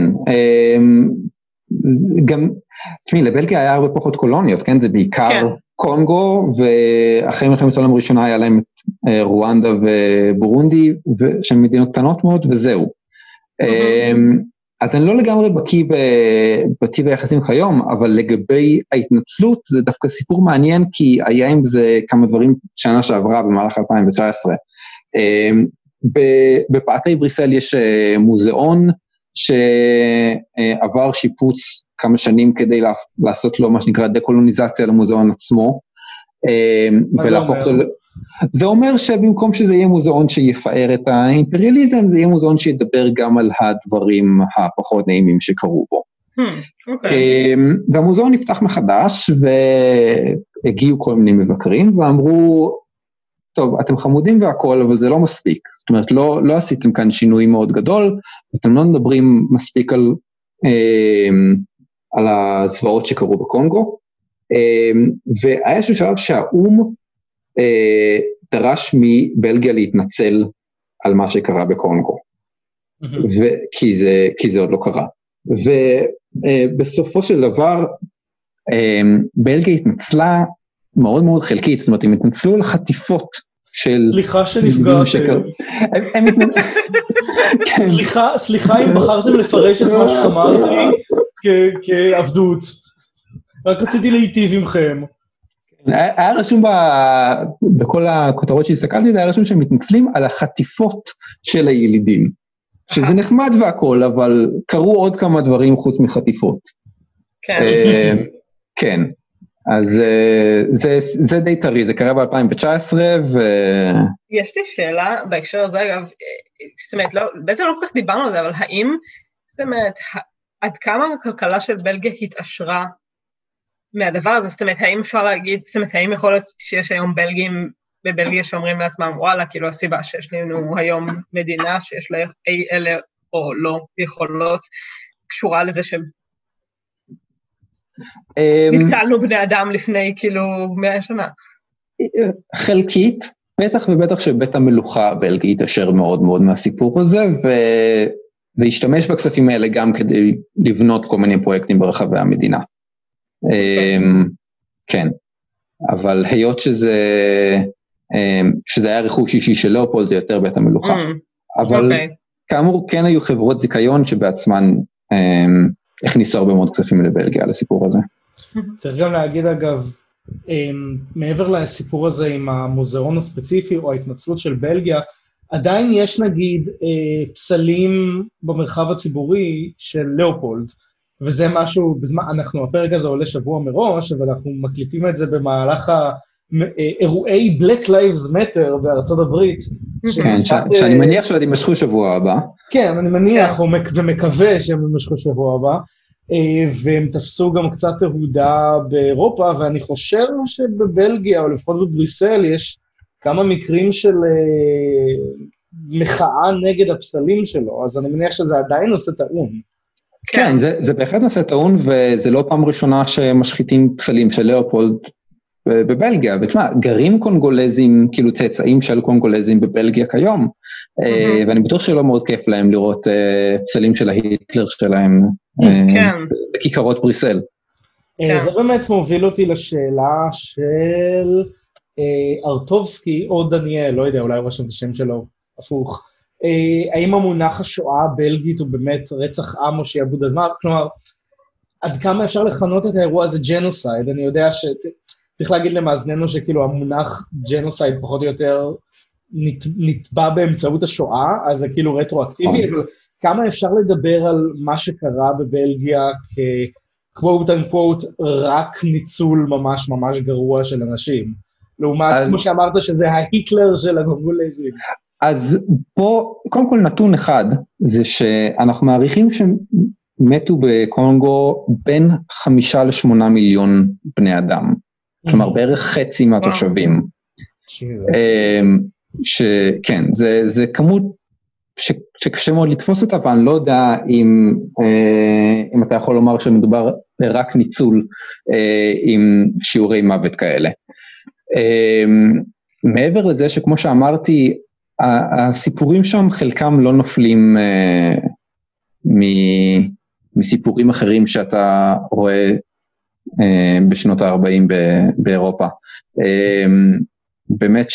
[SPEAKER 2] גם, תשמעי, לבלגיה היה הרבה פחות קולוניות, כן? זה בעיקר קונגו, ואחרי מלחמת העולם הראשונה היה להם רואנדה ובורונדי, שהן מדינות קטנות מאוד, וזהו. אז אני לא לגמרי בקיא ביחסים כיום, אבל לגבי ההתנצלות, זה דווקא סיפור מעניין, כי היה עם זה כמה דברים שנה שעברה במהלך 2019. בפאתי בריסל יש מוזיאון, שעבר שיפוץ כמה שנים כדי לעשות לו מה שנקרא דקולוניזציה למוזיאון עצמו.
[SPEAKER 3] מה זה אומר?
[SPEAKER 2] זה אומר שבמקום שזה יהיה מוזיאון שיפאר את האימפריאליזם, זה יהיה מוזיאון שידבר גם על הדברים הפחות נעימים שקרו בו. והמוזיאון נפתח מחדש, והגיעו כל מיני מבקרים, ואמרו, טוב, אתם חמודים והכל, אבל זה לא מספיק. זאת אומרת, לא עשיתם כאן שינוי מאוד גדול, אתם לא מדברים מספיק על הזוועות שקרו בקונגו, והיה שלב שהאום דרש מבלגיה להתנצל על מה שקרה בקונגו, כי זה עוד לא קרה. ובסופו של דבר, בלגיה התנצלה מאוד מאוד חלקית, זאת אומרת, הם התנצלו על חטיפות של...
[SPEAKER 3] סליחה שנפגעתם. סליחה אם בחרתם לפרש את מה שאמרתי כעבדות. רק רציתי להיטיב עמכם.
[SPEAKER 2] היה רשום בכל הכותרות שהסתכלתי, זה היה רשום שהם מתנצלים על החטיפות של הילידים. שזה נחמד והכל, אבל קרו עוד כמה דברים חוץ מחטיפות.
[SPEAKER 1] כן.
[SPEAKER 2] כן. אז זה די טרי, זה קרה ב-2019,
[SPEAKER 1] יש לי שאלה בהקשר הזה, אגב, זאת אומרת, בעצם לא כל כך דיברנו על זה, אבל האם, זאת אומרת, עד כמה הכלכלה של בלגיה התעשרה מהדבר הזה, זאת אומרת, האם אפשר להגיד, זאת אומרת, האם יכול להיות שיש היום בלגים בבלגיה שאומרים לעצמם, וואלה, כאילו הסיבה שיש לנו היום מדינה שיש לה אלה או לא יכולות, קשורה לזה נפצלנו בני אדם לפני כאילו 100 שנה.
[SPEAKER 2] חלקית, בטח ובטח שבית המלוכה הבלגי התעשר מאוד מאוד מהסיפור הזה, והשתמש בכספים האלה גם כדי לבנות כל מיני פרויקטים ברחבי המדינה. כן, אבל היות שזה היה רכוש אישי של לאופולד, זה יותר בית המלוכה. אבל כאמור, כן היו חברות זיכיון שבעצמן הכניסו הרבה מאוד כספים לבלגיה לסיפור הזה.
[SPEAKER 3] צריך גם להגיד אגב, מעבר לסיפור הזה עם המוזיאון הספציפי או ההתנצלות של בלגיה, עדיין יש נגיד פסלים במרחב הציבורי של לאופולד, וזה משהו, הפרק הזה עולה שבוע מראש, אבל אנחנו מקליטים את זה במהלך אירועי Black Lives Matter בארצות הברית.
[SPEAKER 2] כן, שאני מניח שעוד ימשכו שבוע הבא.
[SPEAKER 3] כן, אני מניח ומקווה שהם ימשכו שבוע הבא, והם תפסו גם קצת תהודה באירופה, ואני חושב שבבלגיה, או לפחות בבריסל, יש כמה מקרים של מחאה נגד הפסלים שלו, אז אני מניח שזה עדיין עושה טעון.
[SPEAKER 2] כן, זה בהחלט עושה טעון, וזה לא פעם ראשונה שמשחיתים פסלים של לאופולד בבלגיה, ותשמע, גרים קונגולזים, כאילו צאצאים של קונגולזים בבלגיה כיום, ואני בטוח שלא מאוד כיף להם לראות פסלים של ההיטלר שלהם בכיכרות בריסל.
[SPEAKER 3] זה באמת מוביל אותי לשאלה של ארטובסקי או דניאל, לא יודע, אולי רשם את השם שלו, הפוך. האם המונח השואה הבלגית הוא באמת רצח עם או שיעבוד אדמה? כלומר, עד כמה אפשר לכנות את האירוע הזה ג'נוסייד? אני יודע שצריך להגיד למאזננו שכאילו המונח ג'נוסייד פחות או יותר נטבע באמצעות השואה, אז זה כאילו רטרואקטיבי, אבל כמה אפשר לדבר על מה שקרה בבלגיה כ-quote unquote רק ניצול ממש ממש גרוע של אנשים? לעומת, כמו שאמרת שזה ההיטלר של הקונגולזים.
[SPEAKER 2] אז פה, קודם כל נתון אחד, זה שאנחנו מעריכים שמתו בקונגו בין 5 ל8 מיליון בני אדם, כלומר בערך חצי מהתושבים. כן, זה כמות שקשה מאוד לתפוס אותה, ואני לא יודע אם אתה יכול לומר שמדובר רק ניצול עם שיעורי מוות כאלה. מעבר לזה שכמו שאמרתי, הסיפורים שם חלקם לא נופלים מסיפורים אחרים שאתה רואה בשנות ה-40 באירופה. באמת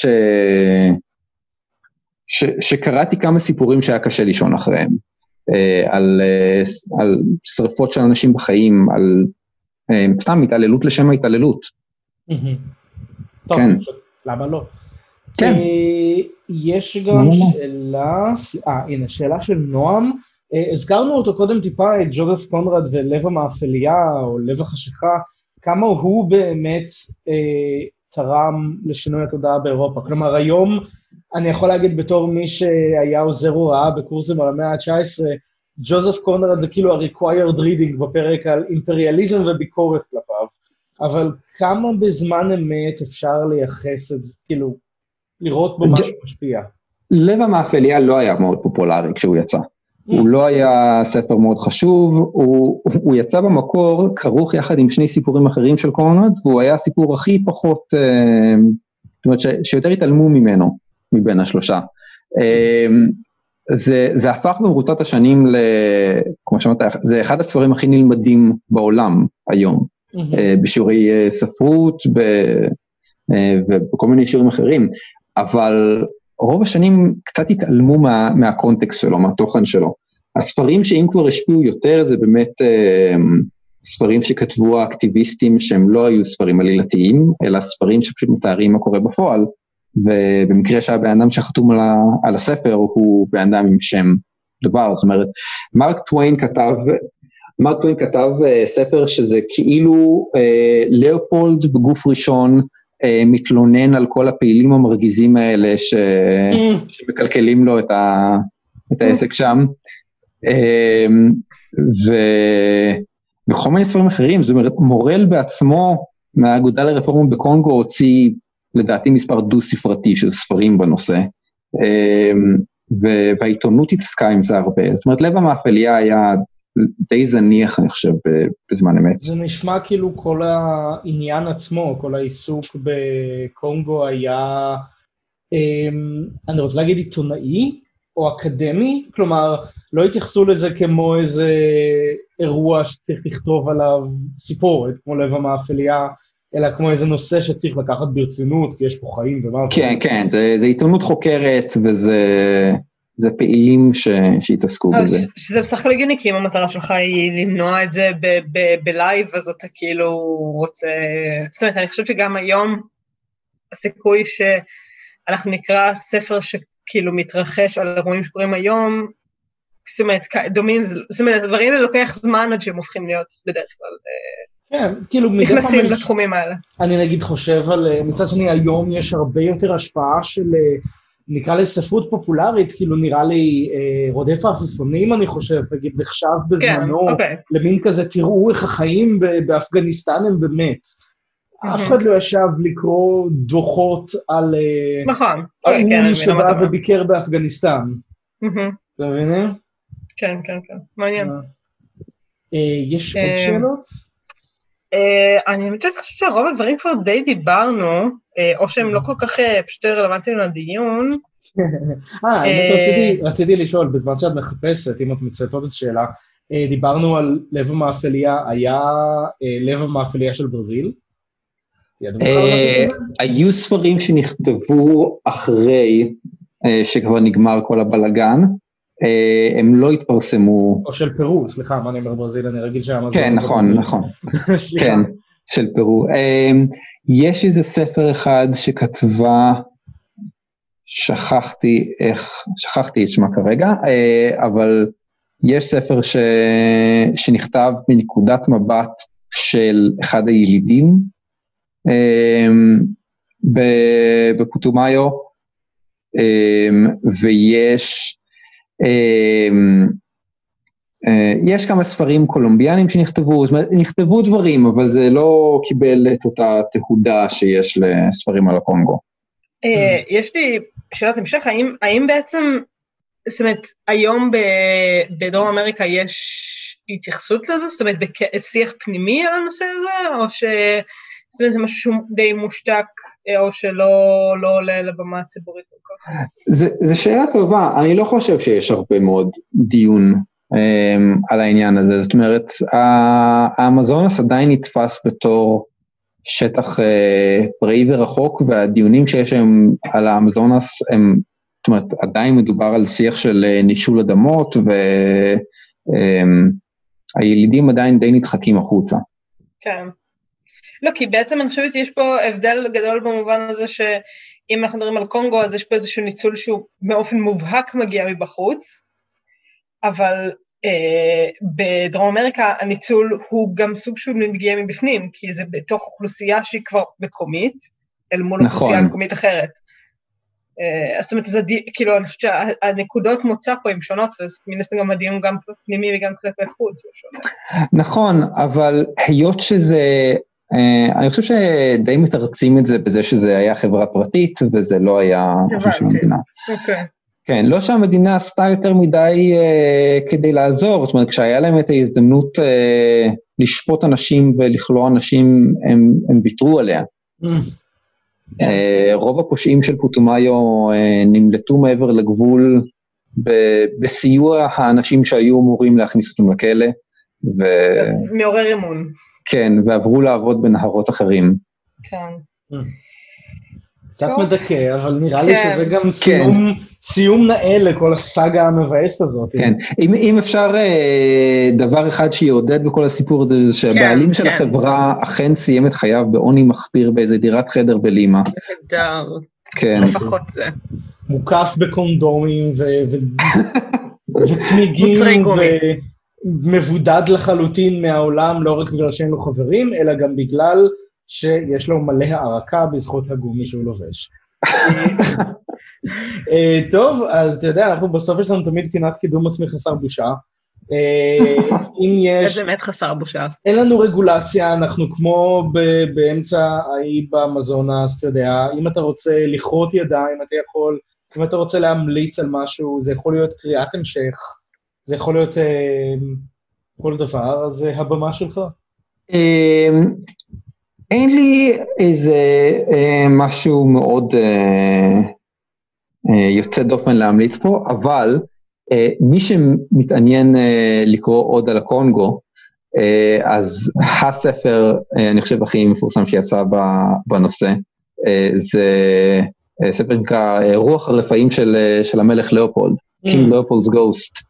[SPEAKER 2] שקראתי כמה סיפורים שהיה קשה לישון אחריהם, על שריפות של אנשים בחיים, על סתם התעללות לשם ההתעללות.
[SPEAKER 3] טוב,
[SPEAKER 2] כן.
[SPEAKER 3] למה לא?
[SPEAKER 2] כן.
[SPEAKER 3] יש גם שאלה, הנה, שאלה של נועם, הזכרנו אותו קודם טיפה, את ג'וזף קונרד ולב המאפליה, או לב החשיכה, כמה הוא באמת תרם לשינוי התודעה באירופה. כלומר, היום אני יכול להגיד בתור מי שהיה עוזר הוראה בקורסים על המאה ה-19, ג'וזף קונרד זה כאילו ה-required reading בפרק על אימפריאליזם וביקורת כלפיו, אבל כמה בזמן אמת אפשר לייחס את זה, כאילו, לראות בו משהו משפיע?
[SPEAKER 2] לב המאפליה לא היה מאוד פופולרי כשהוא יצא. הוא לא היה ספר מאוד חשוב, הוא יצא במקור כרוך יחד עם שני סיפורים אחרים של קונרד, והוא היה הסיפור הכי פחות, זאת אומרת שיותר התעלמו ממנו, מבין השלושה. זה הפך במרוצת השנים, כמו שאמרת, זה אחד הספרים הכי נלמדים בעולם היום, בשיעורי ספרות ובכל מיני שיעורים אחרים, אבל רוב השנים קצת התעלמו מהקונטקסט שלו, מהתוכן שלו. הספרים שאם כבר השפיעו יותר, זה באמת ספרים שכתבו האקטיביסטים שהם לא היו ספרים עלילתיים, אלא ספרים שפשוט מתארים מה קורה בפועל, ובמקרה שהבן אדם שחתום על הספר הוא בן אדם עם שם דבר, זאת אומרת, מארק טוויין כתב ספר שזה כאילו לאופולד בגוף ראשון, מתלונן על כל הפעילים המרגיזים האלה שמקלקלים לו את העסק שם, וכל מיני ספרים אחרים, זאת אומרת, מורל בעצמו מהאגודה לרפורמה בקונגו הוציא לדעתי מספר דו ספרתי של ספרים בנושא, והעיתונות התעסקה עם זה הרבה, זאת אומרת, לב המאפליה היה די זניח, אני חושב, בזמן אמת.
[SPEAKER 3] זה נשמע כאילו כל העניין עצמו, כל העיסוק בקונגו היה, אני רוצה להגיד עיתונאי או אקדמי, כלומר, לא התייחסו לזה כמו איזה אירוע שצריך לכתוב עליו סיפורת, כמו לב המאפליה, אלא כמו איזה נושא שצריך לקחת ברצינות, כי יש פה חיים ומה.
[SPEAKER 2] כן, כן, זה עיתונות חוקרת, וזה פעילים שהתעסקו בזה.
[SPEAKER 1] שזה בסך הכל הגיוני, כי אם המטרה שלך היא למנוע את זה בלייב, אז אתה כאילו רוצה, זאת אומרת, אני חושבת שגם היום, הסיכוי שאנחנו נקרא ספר שכאילו מתרחש על אירועים שקורים היום, זאת אומרת, דומים, זאת אומרת, הדברים האלה לוקח זמן עד שהם הופכים להיות בדרך כלל,
[SPEAKER 3] כן, כאילו
[SPEAKER 1] נכנסים לתחומים האלה.
[SPEAKER 3] אני נגיד חושב על, מצד שני, היום יש הרבה יותר השפעה של, נקרא לספרות פופולרית, כאילו נראה לי רודף העפיפונים, אני חושב, נגיד נחשב בזמנו, למין כזה, תראו איך החיים באפגניסטן הם באמת. אף אחד לא ישב לקרוא דוחות על האום שבא וביקר באפגניסטן. אתה מבינים?
[SPEAKER 1] כן, כן, כן, מעניין.
[SPEAKER 3] יש עוד שאלות?
[SPEAKER 1] אני חושבת שרוב הדברים כבר די דיברנו, או שהם לא כל כך פשוט רלוונטיים לדיון.
[SPEAKER 3] רציתי לשאול, בזמן שאת מחפשת, אם את מצטטות את שאלה, דיברנו על לב המאפליה, היה לב המאפליה של ברזיל?
[SPEAKER 2] היו ספרים שנכתבו אחרי שכבר נגמר כל הבלגן, הם לא התפרסמו.
[SPEAKER 3] או של פרו, סליחה, מה אני אומר ברזיל, אני רגיל שהאמזון.
[SPEAKER 2] כן, נכון, נכון. כן, של פרו. יש איזה ספר אחד שכתבה, שכחתי את שמה כרגע, אבל יש ספר שנכתב מנקודת מבט של אחד הילידים, בפוטומאיו, ויש יש כמה ספרים קולומביאנים שנכתבו, זאת אומרת, נכתבו דברים, אבל זה לא קיבל את אותה תהודה שיש לספרים על הקונגו.
[SPEAKER 1] יש לי שאלת המשך, האם בעצם זאת אומרת, היום בדרום אמריקה יש התייחסות לזה? זאת אומרת, בשיח פנימי על הנושא הזה, או זאת אומרת, זה משהו שהוא די מושתק, או שלא עולה לבמה הציבורית כל כך?
[SPEAKER 2] זה שאלה טובה, אני לא חושב שיש הרבה מאוד דיון על העניין הזה, זאת אומרת, האמזונס עדיין נתפס בתור שטח פראי ורחוק, והדיונים שיש היום על האמזונס הם, זאת אומרת, עדיין מדובר על שיח של נישול אדמות, והילידים עדיין די נדחקים החוצה.
[SPEAKER 1] כן. לא, כי בעצם אני חושבת שיש פה הבדל גדול במובן הזה שאם אנחנו מדברים על קונגו, אז יש פה איזשהו ניצול שהוא באופן מובהק מגיע מבחוץ, אבל בדרום אמריקה הניצול הוא גם סוג שהוא מגיע מבפנים, כי זה בתוך אוכלוסייה שהיא כבר מקומית, אל מול אוכלוסייה מקומית אחרת. אז זאת אומרת, כאילו, אני חושבת שהנקודות מוצא פה הן שונות, אז מן הסתם גם הדיון גם פנימי וגם כלפי חוץ הוא שונה.
[SPEAKER 2] נכון, אבל היות שזה, אני חושב שדי מתרצים את זה בזה שזה היה חברה פרטית, וזה לא היה משהו של המדינה.
[SPEAKER 1] אוקיי.
[SPEAKER 2] כן, לא שהמדינה עשתה יותר מדי כדי לעזור, זאת אומרת, כשהיה להם את ההזדמנות לשפוט אנשים ולכלוא אנשים, הם ויתרו עליה. רוב הפושעים של פוטומאיו נמלטו מעבר לגבול בסיוע האנשים שהיו אמורים להכניס אותם לכלא.
[SPEAKER 1] מעורר אמון.
[SPEAKER 2] כן, ועברו לעבוד בנהרות אחרים.
[SPEAKER 1] כן.
[SPEAKER 3] קצת מדכא, אבל נראה לי שזה גם סיום נאה לכל הסאגה המבאסת הזאת.
[SPEAKER 2] כן, אם אפשר דבר אחד שיעודד בכל הסיפור הזה, זה שהבעלים של החברה אכן סיים את חייו בעוני מחפיר באיזה דירת חדר בלימה.
[SPEAKER 1] נהדר.
[SPEAKER 2] כן.
[SPEAKER 1] לפחות זה.
[SPEAKER 3] מוקף בקונדומים וצמיגים ומבודד לחלוטין מהעולם, לא רק בגלל שאין לו חברים, אלא גם בגלל שיש לו מלא הערקה בזכות הגומי שהוא לובש. טוב, אז אתה יודע, אנחנו בסוף יש לנו תמיד קינת קידום עצמי חסר בושה. אם יש...
[SPEAKER 1] זה באמת חסר בושה.
[SPEAKER 3] אין לנו רגולציה, אנחנו כמו באמצע האי באמזונס, אתה יודע, אם אתה רוצה לכרות ידיים, אתה יכול, אם אתה רוצה להמליץ על משהו, זה יכול להיות קריאת המשך, זה יכול להיות כל דבר, אז הבמה שלך.
[SPEAKER 2] אין לי איזה משהו מאוד יוצא דופן להמליץ פה, אבל מי שמתעניין לקרוא עוד על הקונגו, אז הספר, אני חושב הכי מפורסם שיצא בנושא, זה ספר נקרא רוח הרפאים של המלך לאופולד, קינג לאופולד's גוסט,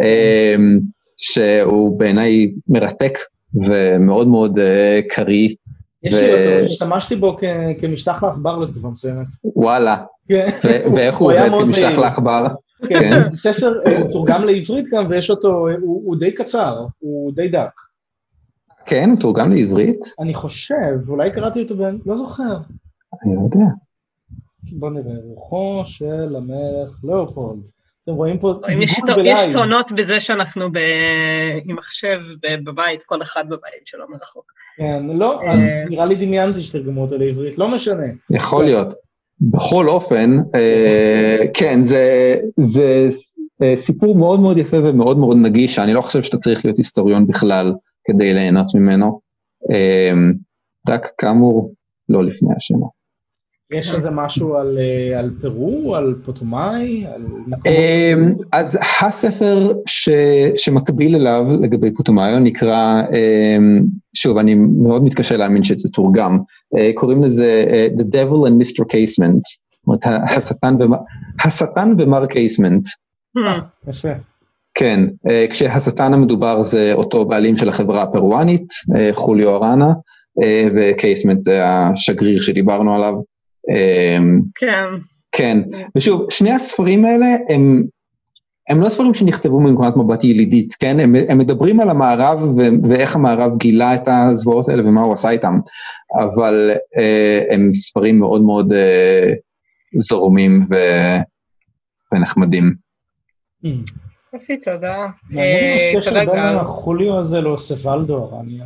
[SPEAKER 2] שהוא בעיניי מרתק ומאוד מאוד קריא,
[SPEAKER 3] יש לי אותו, השתמשתי בו כמשטח לעכבר לתקופה מסוימת.
[SPEAKER 2] וואלה, ואיך הוא עובד כמשטח לעכבר?
[SPEAKER 3] כן, זה ספר, הוא תורגם לעברית גם, ויש אותו, הוא די קצר, הוא די דק.
[SPEAKER 2] כן, הוא תורגם לעברית?
[SPEAKER 3] אני חושב, אולי קראתי אותו, לא זוכר.
[SPEAKER 2] אני לא יודע.
[SPEAKER 3] בוא נראה, רוחו של המלך לאופולד. אתם רואים פה...
[SPEAKER 1] יש תונות בזה שאנחנו עם מחשב בבית, כל אחד בבית שלו מרחוק.
[SPEAKER 3] כן, לא, אז נראה לי דמיינתי שתרגמו אותו לעברית, לא משנה.
[SPEAKER 2] יכול להיות. בכל אופן, כן, זה סיפור מאוד מאוד יפה ומאוד מאוד נגיש, שאני לא חושב שאתה צריך להיות היסטוריון בכלל כדי ליהנות ממנו, רק כאמור, לא לפני השנה.
[SPEAKER 3] יש איזה משהו על פרו, על פוטומאי?
[SPEAKER 2] אז הספר שמקביל אליו לגבי פוטומאי, נקרא, שוב, אני מאוד מתקשה להאמין שזה תורגם, קוראים לזה The Devil and Mr. Casement, זאת אומרת, השטן ומר קייסמנט.
[SPEAKER 3] יפה.
[SPEAKER 2] כן, כשהשטן המדובר זה אותו בעלים של החברה הפרואנית, חוליו אראנה, וקייסמנט זה השגריר שדיברנו עליו.
[SPEAKER 1] כן.
[SPEAKER 2] כן, ושוב, שני הספרים האלה הם לא ספרים שנכתבו מנקודת מבט ילידית, כן? הם מדברים על המערב ואיך המערב גילה את הזוועות האלה ומה הוא עשה איתם, אבל הם ספרים מאוד מאוד זורמים ונחמדים.
[SPEAKER 1] יופי, תודה.
[SPEAKER 3] מעניין משקשר בין החוליו הזה לא סבלדו ארניה.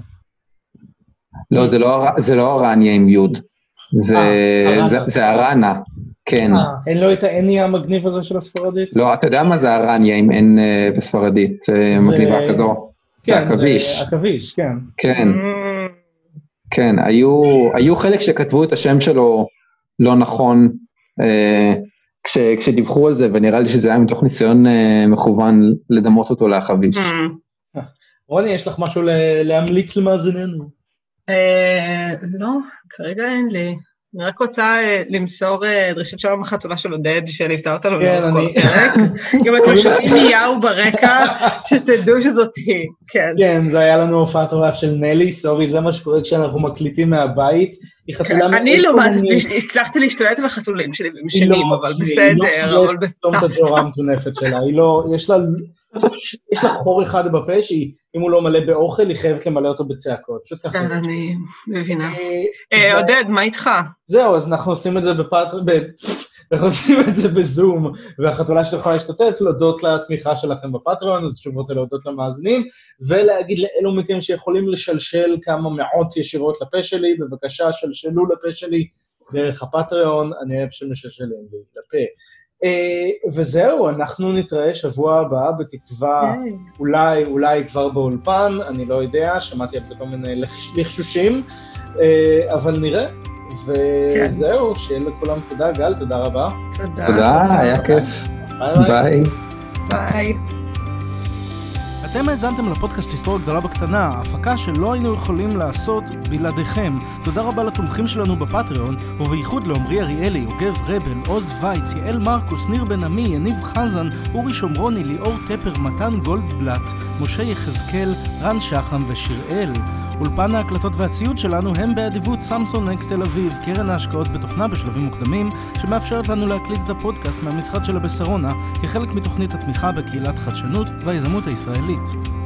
[SPEAKER 2] לא, זה לא ארניה עם יוד. זה ארנה. כן.
[SPEAKER 3] אין לו את האני המגניב הזה של הספרדית?
[SPEAKER 2] לא, אתה יודע מה זה הרניה אם אין בספרדית, מגניבה כזו? זה עכביש.
[SPEAKER 3] זה עכביש, כן.
[SPEAKER 2] כן. כן, היו חלק שכתבו את השם שלו לא נכון, כשדיווחו על זה, ונראה לי שזה היה מתוך ניסיון מכוון לדמות אותו לעכביש.
[SPEAKER 3] רוני, יש לך משהו להמליץ למאזיננו?
[SPEAKER 1] לא, כרגע אין לי. אני רק רוצה למסור דרישת שלום החתולה של עודד, שליוותה אותנו לאורך כל הפרק. אם אתם שומעים מיהו ברקע, שתדעו שזאת היא.
[SPEAKER 3] כן, זה היה לנו הופעת אורח של נלי, סורי, זה מה שקורה כשאנחנו מקליטים מהבית.
[SPEAKER 1] אני לא הצלחתי להשתלט על החתולים שלי במשנים, אבל בסדר, אבל בסדר.
[SPEAKER 3] היא לא את התורה המטונפת שלה, יש לה חור אחד בפה, שאם הוא לא מלא באוכל, היא חייבת למלא אותו בצעקות, פשוט ככה.
[SPEAKER 1] אני מבינה. עודד, מה איתך?
[SPEAKER 3] זהו, אז אנחנו עושים את זה אנחנו עושים את זה בזום, והחתולה שיכולה להשתתף, להודות לתמיכה שלכם בפטריון, אז שוב רוצה להודות למאזינים, ולהגיד לאלו מכם שיכולים לשלשל כמה מאות ישירות לפה שלי, בבקשה שלשלו לפה שלי דרך הפטריון, אני אוהב שמשלשלים לי לפה. וזהו, אנחנו נתראה שבוע הבא, בתקווה אולי כבר באולפן, אני לא יודע, שמעתי על זה כל מיני לחשושים, אבל נראה. וזהו, שיהיה לכולם תודה, גל, תודה רבה.
[SPEAKER 2] תודה, היה כיף. ביי.
[SPEAKER 1] ביי.
[SPEAKER 4] אתם האזנתם לפודקאסט היסטוריה גדולה בקטנה, ההפקה שלא היינו יכולים לעשות בלעדיכם. תודה רבה לתומכים שלנו בפטריון, ובייחוד לעומרי אריאלי, יוגב רבל, עוז וייץ, יעל מרקוס, ניר בן עמי, יניב חזן, אורי שומרוני, ליאור טפר, מתן גולדבלט, משה יחזקאל, רן שחם ושיראל. אולפן ההקלטות והציוד שלנו הם באדיבות סמסון נקסט תל אביב, קרן ההשקעות בתוכנה בשלבים מוקדמים, שמאפשרת לנו להקליט את הפודקאסט מהמשרד שלה בשרונה, כחלק מתוכנית התמיכה בקהילת חדשנות והיזמות הישראלית.